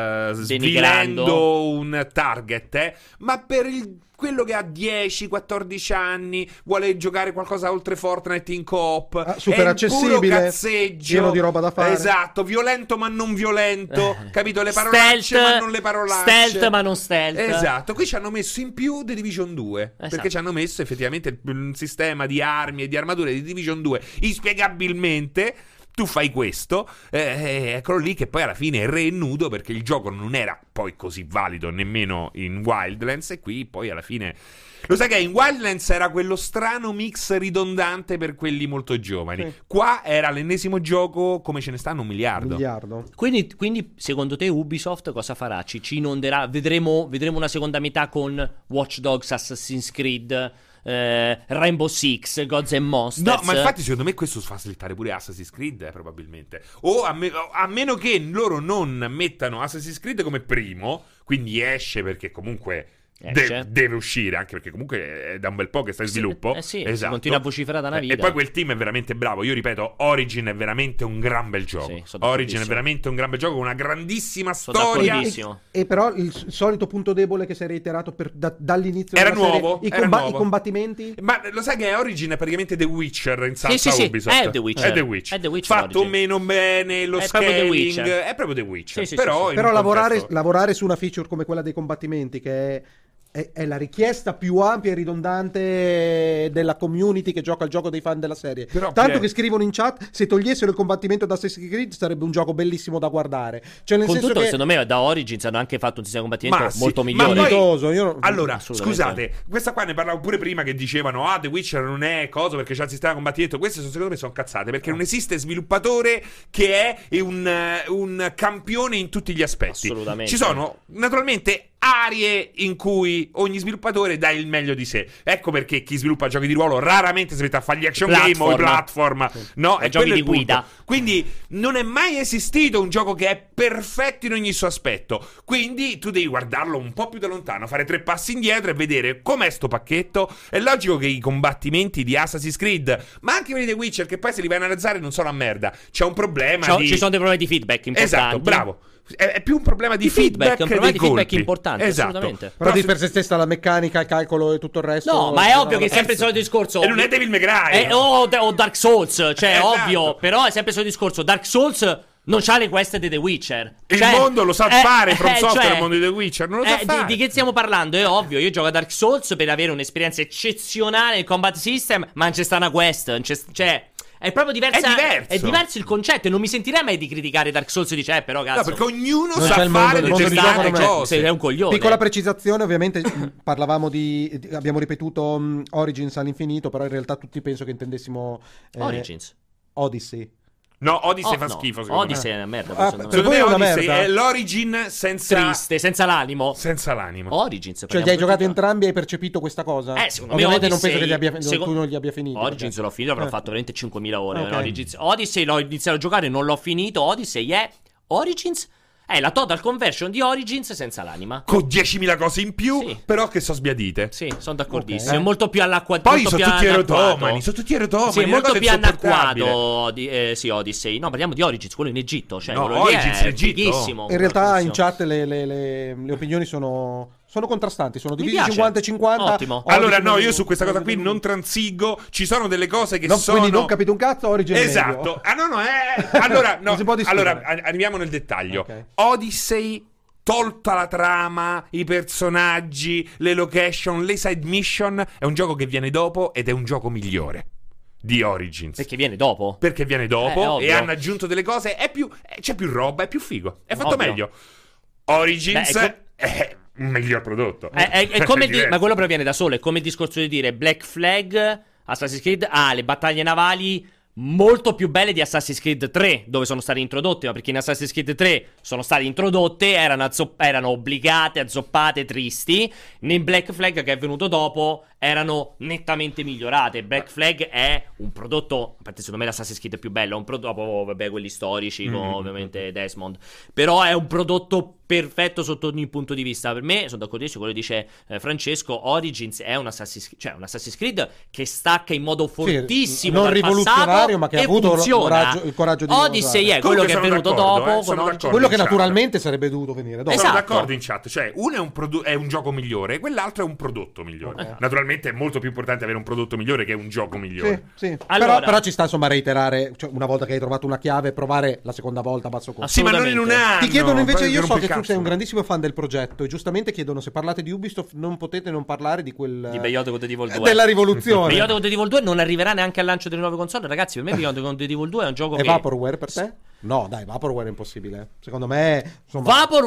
svilendo un target, ma per quello che ha 10-14 anni, vuole giocare qualcosa oltre Fortnite in co-op, super accessibile, puro cazzeggio, pieno di roba da fare. Esatto, violento ma non violento, capito? Le parolacce ma non le parolacce. Stealth ma non stealth. Esatto, qui ci hanno messo in più The Division 2, perché ci hanno messo effettivamente un sistema di armi e di armature di Division 2 inspiegabilmente. Tu fai questo, eccolo lì che poi alla fine è re nudo perché il gioco non era poi così valido nemmeno in Wildlands e qui poi alla fine... Lo sai che in Wildlands era quello strano mix ridondante per quelli molto giovani. Sì. Qua era l'ennesimo gioco come ce ne stanno un miliardo. Quindi secondo te Ubisoft cosa farà? Ci inonderà? Vedremo una seconda metà con Watch Dogs, Assassin's Creed... Rainbow Six, Gods and Monsters. No, ma infatti secondo me questo fa slittare pure Assassin's Creed probabilmente. O a meno che loro non mettano Assassin's Creed come primo, quindi esce perché comunque deve uscire, anche perché comunque è da un bel po' che sta in sviluppo. Esatto. Continua a vociferare da una vita. E poi quel team è veramente bravo. Io ripeto, Origin è veramente un gran bel gioco. Origin è veramente un gran bel gioco con una grandissima storia. E però il solito punto debole che si è reiterato dall'inizio era della nuovo, serie, i combattimenti. Ma lo sai che Origin è praticamente The Witcher in salsa Ubisoft. È The Witcher. Fatto Origin. Meno bene, lo scaling è proprio The Witcher. Però lavorare su una feature come quella dei combattimenti che è è la richiesta più ampia e ridondante della community che gioca il gioco dei fan della serie. Però, tanto che scrivono in chat, se togliessero il combattimento da Assassin's Creed sarebbe un gioco bellissimo da guardare. Cioè, nel Con senso tutto, che secondo me da Origins hanno anche fatto un sistema di combattimento Ma molto sì, migliore. ma poi- Io Allora, Assolutamente. scusate, questa qua ne parlavo pure prima che dicevano The Witcher non è cosa perché c'è il sistema di combattimento. Queste secondo me sono cazzate, perché non esiste sviluppatore che è un campione in tutti gli aspetti. Assolutamente. Ci sono naturalmente aree in cui ogni sviluppatore dà il meglio di sé. Ecco perché chi sviluppa giochi di ruolo raramente si mette a fare gli action game o i platform, no? E È giochi quello di il punto. guida. Quindi non è mai esistito un gioco che è perfetto in ogni suo aspetto. Quindi tu devi guardarlo un po' più da lontano, fare 3 passi indietro e vedere com'è sto pacchetto. È logico che i combattimenti di Assassin's Creed, ma anche quelli di Witcher, che poi se li vai a analizzare non sono a merda, c'è un problema Ci sono dei problemi di feedback importanti. Esatto, bravo. È più un problema di feedback, è un problema dei di feedback colpi. importante, Esatto. assolutamente. però di per sé stessa la meccanica, il calcolo e tutto il resto. No, ma è ovvio che è sempre il solito discorso. E non è Devil May Cry. O Dark Souls, cioè, Esatto. ovvio. Però è sempre il solito discorso. Dark Souls non c'ha le quest di The Witcher. Il Cioè, mondo lo sa fare, From Software, cioè, il mondo di The Witcher non lo sa fare. Di che stiamo parlando? È ovvio, io gioco a Dark Souls per avere un'esperienza eccezionale nel combat system, ma non c'è sta una quest, non c'è, cioè... È proprio diversa. È diverso il concetto. E non mi sentirei mai di criticare Dark Souls e dice, però cazzo. No, perché ognuno Non sa c'è il fare mondo di determinate gioco, non è- cose. Sei un coglione. Piccola precisazione, ovviamente parlavamo abbiamo ripetuto Origins all'infinito, però in realtà tutti penso che intendessimo Origins. Odyssey. No, Odyssey fa no. schifo, secondo Odyssey me. è una merda. Ah, secondo me. per voi è una Odyssey merda? è l'origin senza Triste, senza l'animo. senza l'animo. Origins. Cioè, li hai giocati entrambi e hai percepito questa cosa? Secondo Ovviamente me non penso Odyssey- che tu non li abbia finiti. Origins perché- l'ho finito, avrò fatto veramente 5.000 ore. Ok. Origins. Odyssey l'ho iniziato a giocare, non l'ho finito. Odyssey è Origins. È la total conversion di Origins senza l'anima. Con 10.000 cose in più, Sì. però che so sbiadite. Sì, sono d'accordissimo. Ok. È molto più all'acqua. Poi molto sono più tutti anacquato. erotomani, sono tutti erotomani. Sì, è una molto cosa più insopportabile. anacquato. Sì, Odyssey. No, parliamo di Origins, quello in Egitto. Cioè, No, quello lì Origins è in Egitto. fighissimo. In realtà in chat le opinioni sono contrastanti, sono divisi piace. 50 e 50. Ottimo. Allora, no, io su questa cosa qui non transigo. Ci sono delle cose che sono. Quindi non capite un cazzo, Origin è Esatto. meglio. Ah, no, allora, no. Non si può discutere. Allora, arriviamo nel dettaglio. Ok. Odyssey, tolta la trama, i personaggi, le location, le side mission, è un gioco che viene dopo ed è un gioco migliore di Origins. Perché viene dopo. Perché viene dopo ovvio. e hanno aggiunto delle cose, c'è più roba, è più figo, è fatto Ovvio. meglio. Origins Beh, è un miglior prodotto. È come diverso. ma quello però viene da solo. È come il discorso di dire Black Flag, Assassin's Creed ha le battaglie navali molto più belle di Assassin's Creed 3, dove sono state introdotte, ma perché in Assassin's Creed 3 sono state introdotte, erano obbligate, azzoppate, tristi. Nel Black Flag che è venuto dopo erano nettamente migliorate. Black Flag è un prodotto, a parte secondo me l'Assassin's Creed è più bello, è un prodotto, dopo vabbè quelli storici con ovviamente Desmond, però è un prodotto perfetto sotto ogni punto di vista. Per me, sono d'accordissimo con quello che dice Francesco, Origins è un Assassin's Creed che stacca in modo fortissimo non dal rivoluzionario, passato ma che ha e avuto funziona. il coraggio di Odyssey è quello Comunque che è sono venuto d'accordo, dopo con sono Origins. d'accordo. quello che in chat. naturalmente sarebbe dovuto venire dopo. Sono Esatto. d'accordo in chat, cioè uno è un gioco migliore, quell'altro è un prodotto migliore. Naturalmente è molto più importante avere un prodotto migliore che un gioco migliore. Sì. Allora- Però ci sta insomma a reiterare, cioè, una volta che hai trovato una chiave, provare la seconda volta a basso costo. Sì, ma non in un anno. Ti chiedono invece, io so rompe che tu cazzo. sei un grandissimo fan del progetto e giustamente chiedono se parlate di Ubisoft non potete non parlare di quel Di Beyond Good and Evil 2. della rivoluzione. Beyond Good and Evil 2 non arriverà neanche al lancio delle nuove console, ragazzi. Per me Beyond Good and Evil 2 è un gioco È che Vaporware per te? No, dai, Vaporware è impossibile. Secondo me, insomma,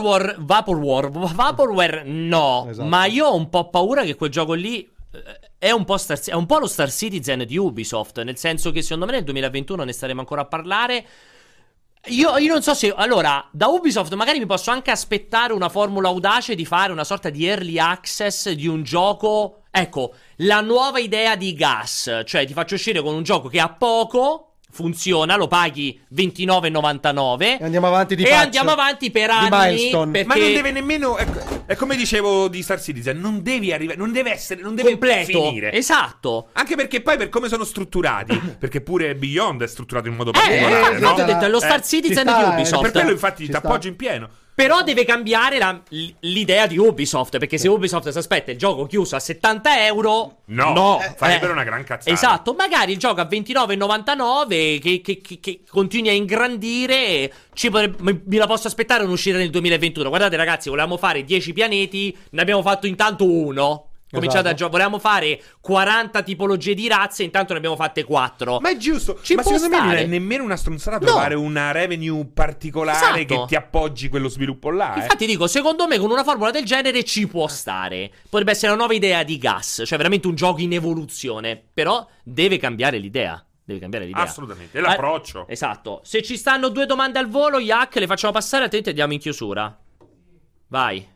Vaporware no, Esatto. ma io ho un po' paura che quel gioco lì è un po' lo Star Citizen di Ubisoft, nel senso che secondo me nel 2021 ne staremo ancora a parlare. Io non so se... Allora, da Ubisoft magari mi posso anche aspettare una formula audace di fare una sorta di early access di un gioco... Ecco, la nuova idea di Gas. Cioè, ti faccio uscire con un gioco che ha poco... Funziona, lo paghi $29,99 e andiamo avanti di e patch, andiamo avanti per di anni milestone. perché... Ma non deve nemmeno. È come dicevo di Star Citizen, non devi arrivare. Non deve essere. Non deve completo, finire. esatto. Anche perché poi per come sono strutturati. Perché pure Beyond è strutturato in modo particolare. Io no? ti ho detto, è lo Star Citizen ci sta, di Ubisoft. Per quello infatti Ci ti sta. appoggio in pieno. Però deve cambiare l'idea di Ubisoft, perché se Ubisoft si aspetta il gioco chiuso a €70, no, farebbero una gran cazzata. Esatto, magari il gioco a €29,99 che continui a ingrandire, mi la posso aspettare un'uscita nel 2021. Guardate ragazzi, volevamo fare 10 pianeti, ne abbiamo fatto intanto uno. Cominciate a volevamo fare 40 tipologie di razze, intanto ne abbiamo fatte 4. Ma è giusto. Ci ma può secondo me non stare. è nemmeno una stronzata trovare una revenue particolare Esatto. che ti appoggi quello sviluppo là. Infatti dico, secondo me con una formula del genere ci può stare. Potrebbe essere una nuova idea di gas, cioè veramente un gioco in evoluzione. Però deve cambiare l'idea. Assolutamente, è l'approccio. Esatto. Se ci stanno 2 domande al volo, Yak, le facciamo passare, attenti, andiamo in chiusura. Vai.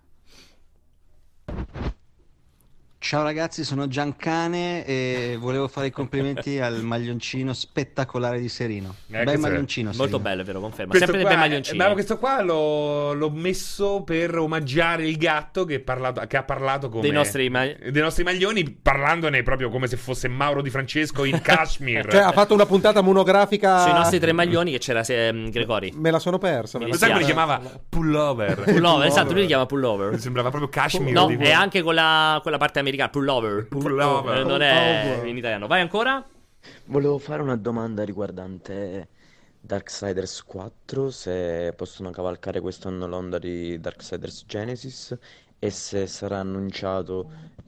Ciao ragazzi, sono Giancane e volevo fare i complimenti al maglioncino spettacolare di Serino. Bel maglioncino, Serino. Molto bello, è vero, confermo. Questo Sempre dei bei maglioncini. Ma questo qua l'ho messo per omaggiare il gatto che ha parlato come dei nostri maglioni, parlandone proprio come se fosse Mauro Di Francesco in Kashmir. Cioè, ha fatto una puntata monografica sui nostri 3 maglioni che c'era Gregori. Me la sono persa. Lo sai come li chiamava? Pullover. Pullover, esatto, lui li chiama pullover. Mi sembrava proprio Kashmir. No, è anche con la parte americana. Pullover. Non è in italiano. Vai ancora? Volevo fare una domanda riguardante Darksiders 4, se possono cavalcare quest'anno l'onda di Darksiders Genesis e se sarà annunciato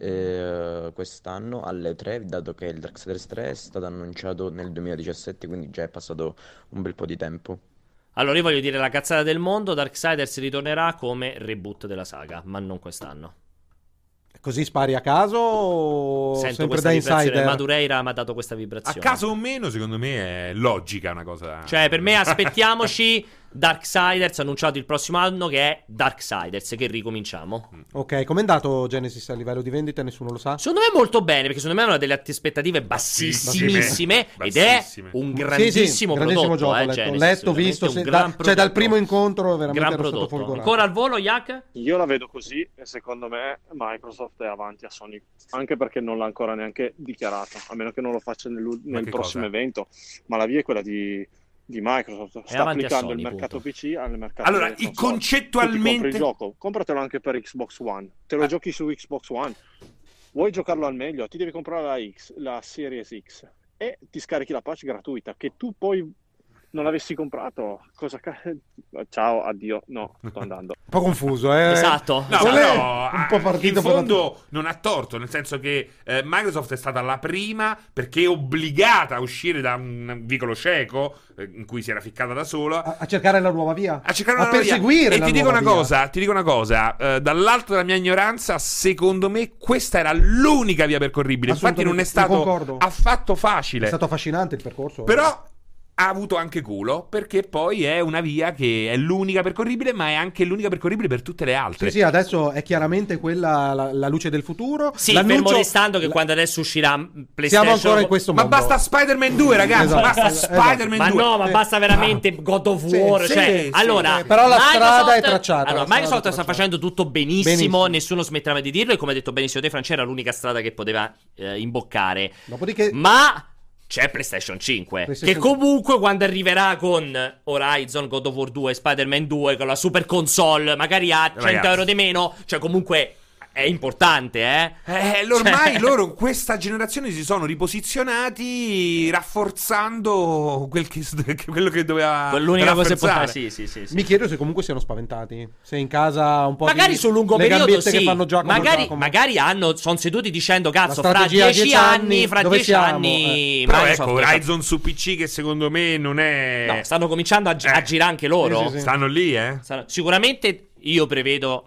quest'anno alle 3, dato che il Darksiders 3 è stato annunciato nel 2017, quindi già è passato un bel po' di tempo. Allora io voglio dire la cazzata del mondo, Darksiders ritornerà come reboot della saga, ma non quest'anno. Così spari a caso o Sento sempre questa da vibrazione. insider? Madureira mi ha dato questa vibrazione. A caso o meno, secondo me è logica una cosa. Cioè, per me aspettiamoci Darksiders annunciato il prossimo anno, che è Darksiders, che ricominciamo. Ok, com'è andato Genesis a livello di vendita? Nessuno lo sa? Secondo me molto bene, perché secondo me avevano delle aspettative bassissimissime ed è un grandissimo prodotto. Gioco, letto, visto, cioè dal primo incontro veramente era stato folgorato. Ancora al volo, Yak? Io la vedo così e secondo me Microsoft è avanti a Sony, anche perché non l'ha ancora neanche dichiarato, a meno che non lo faccia nel prossimo evento, ma la via è quella di Microsoft, sta applicando Sony, il mercato punto. PC al mercato allora, delle console. concettualmente tu ti compri il gioco, compratelo anche per Xbox One, te lo giochi su Xbox One, vuoi giocarlo al meglio, ti devi comprare la Series X e ti scarichi la patch gratuita, che tu poi non l'avessi comprato, ciao, addio, no, sto andando. Un po' confuso, eh? Esatto. No, un po' partito in fondo non ha torto, nel senso che Microsoft è stata la prima perché è obbligata a uscire da un vicolo cieco in cui si era ficcata da sola a cercare la nuova via, a perseguire e la ti dico nuova via. Ti dico una cosa, dall'alto della mia ignoranza, secondo me questa era l'unica via percorribile, infatti non è stato affatto facile, è stato affascinante il percorso, però ha avuto anche culo, perché poi è una via che è l'unica percorribile, ma è anche l'unica percorribile per tutte le altre. Sì, adesso è chiaramente quella la luce del futuro. Sì, fermo restando che quando adesso uscirà PlayStation, siamo ancora in questo mondo. Ma basta Spider-Man 2, ragazzi, esatto, basta Spider-Man 2. Ma no, ma basta veramente God of War, allora, però la strada è tracciata. Allora, Microsoft sta facendo tutto benissimo, nessuno smetterà di dirlo, e come ha detto benissimo te, Francia, era l'unica strada che poteva imboccare. Dopodiché ma c'è PlayStation 5 che comunque quando arriverà con Horizon, God of War 2, Spider-Man 2, con la super console, magari a 100 euro di meno, cioè comunque è importante, ormai loro in questa generazione si sono riposizionati rafforzando quello che doveva quell'unica cosa importante. Sì. Mi chiedo se comunque siano spaventati, se in casa un po' magari sul lungo le periodo che fanno Giacomo, magari sono seduti dicendo cazzo fra 10 anni però ecco Horizon su PC, che secondo me non è, no, stanno cominciando a girare anche loro, sì. Stanno lì, sicuramente. Io vedo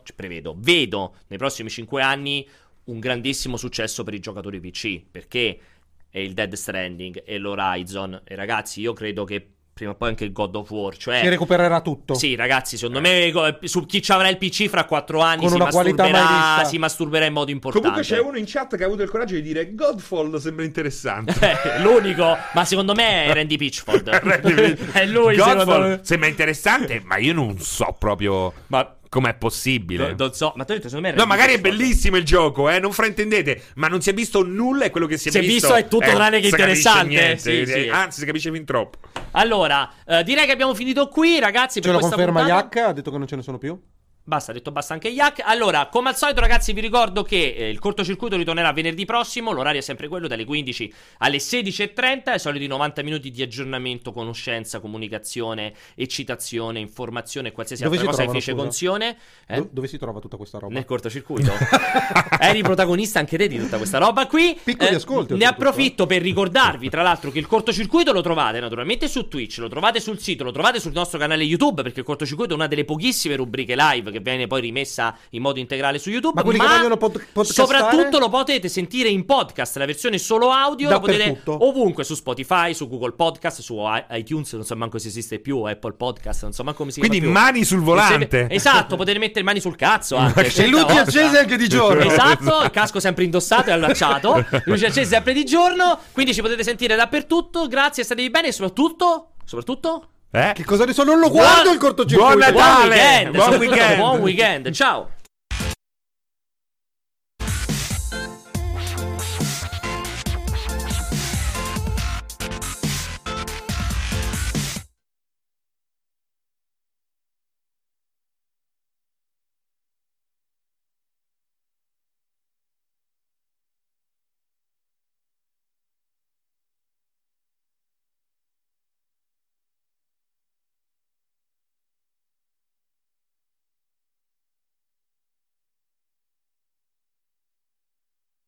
nei prossimi 5 anni un grandissimo successo per i giocatori PC, perché è il Death Stranding e l'Horizon, e ragazzi io credo che prima o poi anche il God of War, cioè si recupererà tutto. Sì, ragazzi, secondo me su chi ci avrà il PC fra 4 anni con una qualità mai vista, si masturberà in modo importante. Comunque c'è uno in chat che ha avuto il coraggio di dire Godfall sembra interessante. L'unico, ma secondo me è Randy Pitchford. È lui. Godfall sembra interessante, ma io non so proprio. Ma Com'è possibile? Non so, ma tu hai detto, secondo me no, magari è bellissimo il gioco, non fraintendete, ma non si è visto nulla e quello che si è visto è tutto tranne che interessante. Sì. Anzi, si capisce fin troppo. Allora, direi che abbiamo finito qui, ragazzi. Ce lo conferma Yak, ha detto che non ce ne sono più. Basta, ha detto basta anche Yak. Allora, come al solito, ragazzi, vi ricordo che il cortocircuito ritornerà venerdì prossimo. L'orario è sempre quello, dalle 15 alle 16:30. I soliti 90 minuti di aggiornamento, conoscenza, comunicazione, eccitazione, informazione e qualsiasi altra cosa che fece Consione. Dove si trova tutta questa roba? Nel cortocircuito. Eri protagonista anche te di tutta questa roba qui. Piccoli ascolti. Ne approfitto per ricordarvi, tra l'altro, che il cortocircuito lo trovate naturalmente su Twitch, lo trovate sul sito, lo trovate sul nostro canale YouTube, perché il cortocircuito è una delle pochissime rubriche live che viene poi rimessa in modo integrale su YouTube. Ma quelli che vogliono podcastare? Soprattutto lo potete sentire in podcast, la versione solo audio, lo potete ovunque, su Spotify, su Google Podcast, su iTunes, non so manco se esiste più, Apple Podcast, non so manco come si chiama. Quindi più. Mani sul volante. Esatto, potete mettere mani sul cazzo anche. E luci accese anche di giorno. Esatto, il casco sempre indossato e allacciato, luci accese sempre di giorno, quindi ci potete sentire dappertutto. Grazie, statevi bene e soprattutto che cosa ne so, non lo guardo il cortocircuito. Buon Natale, buon weekend. Buon weekend. Ciao.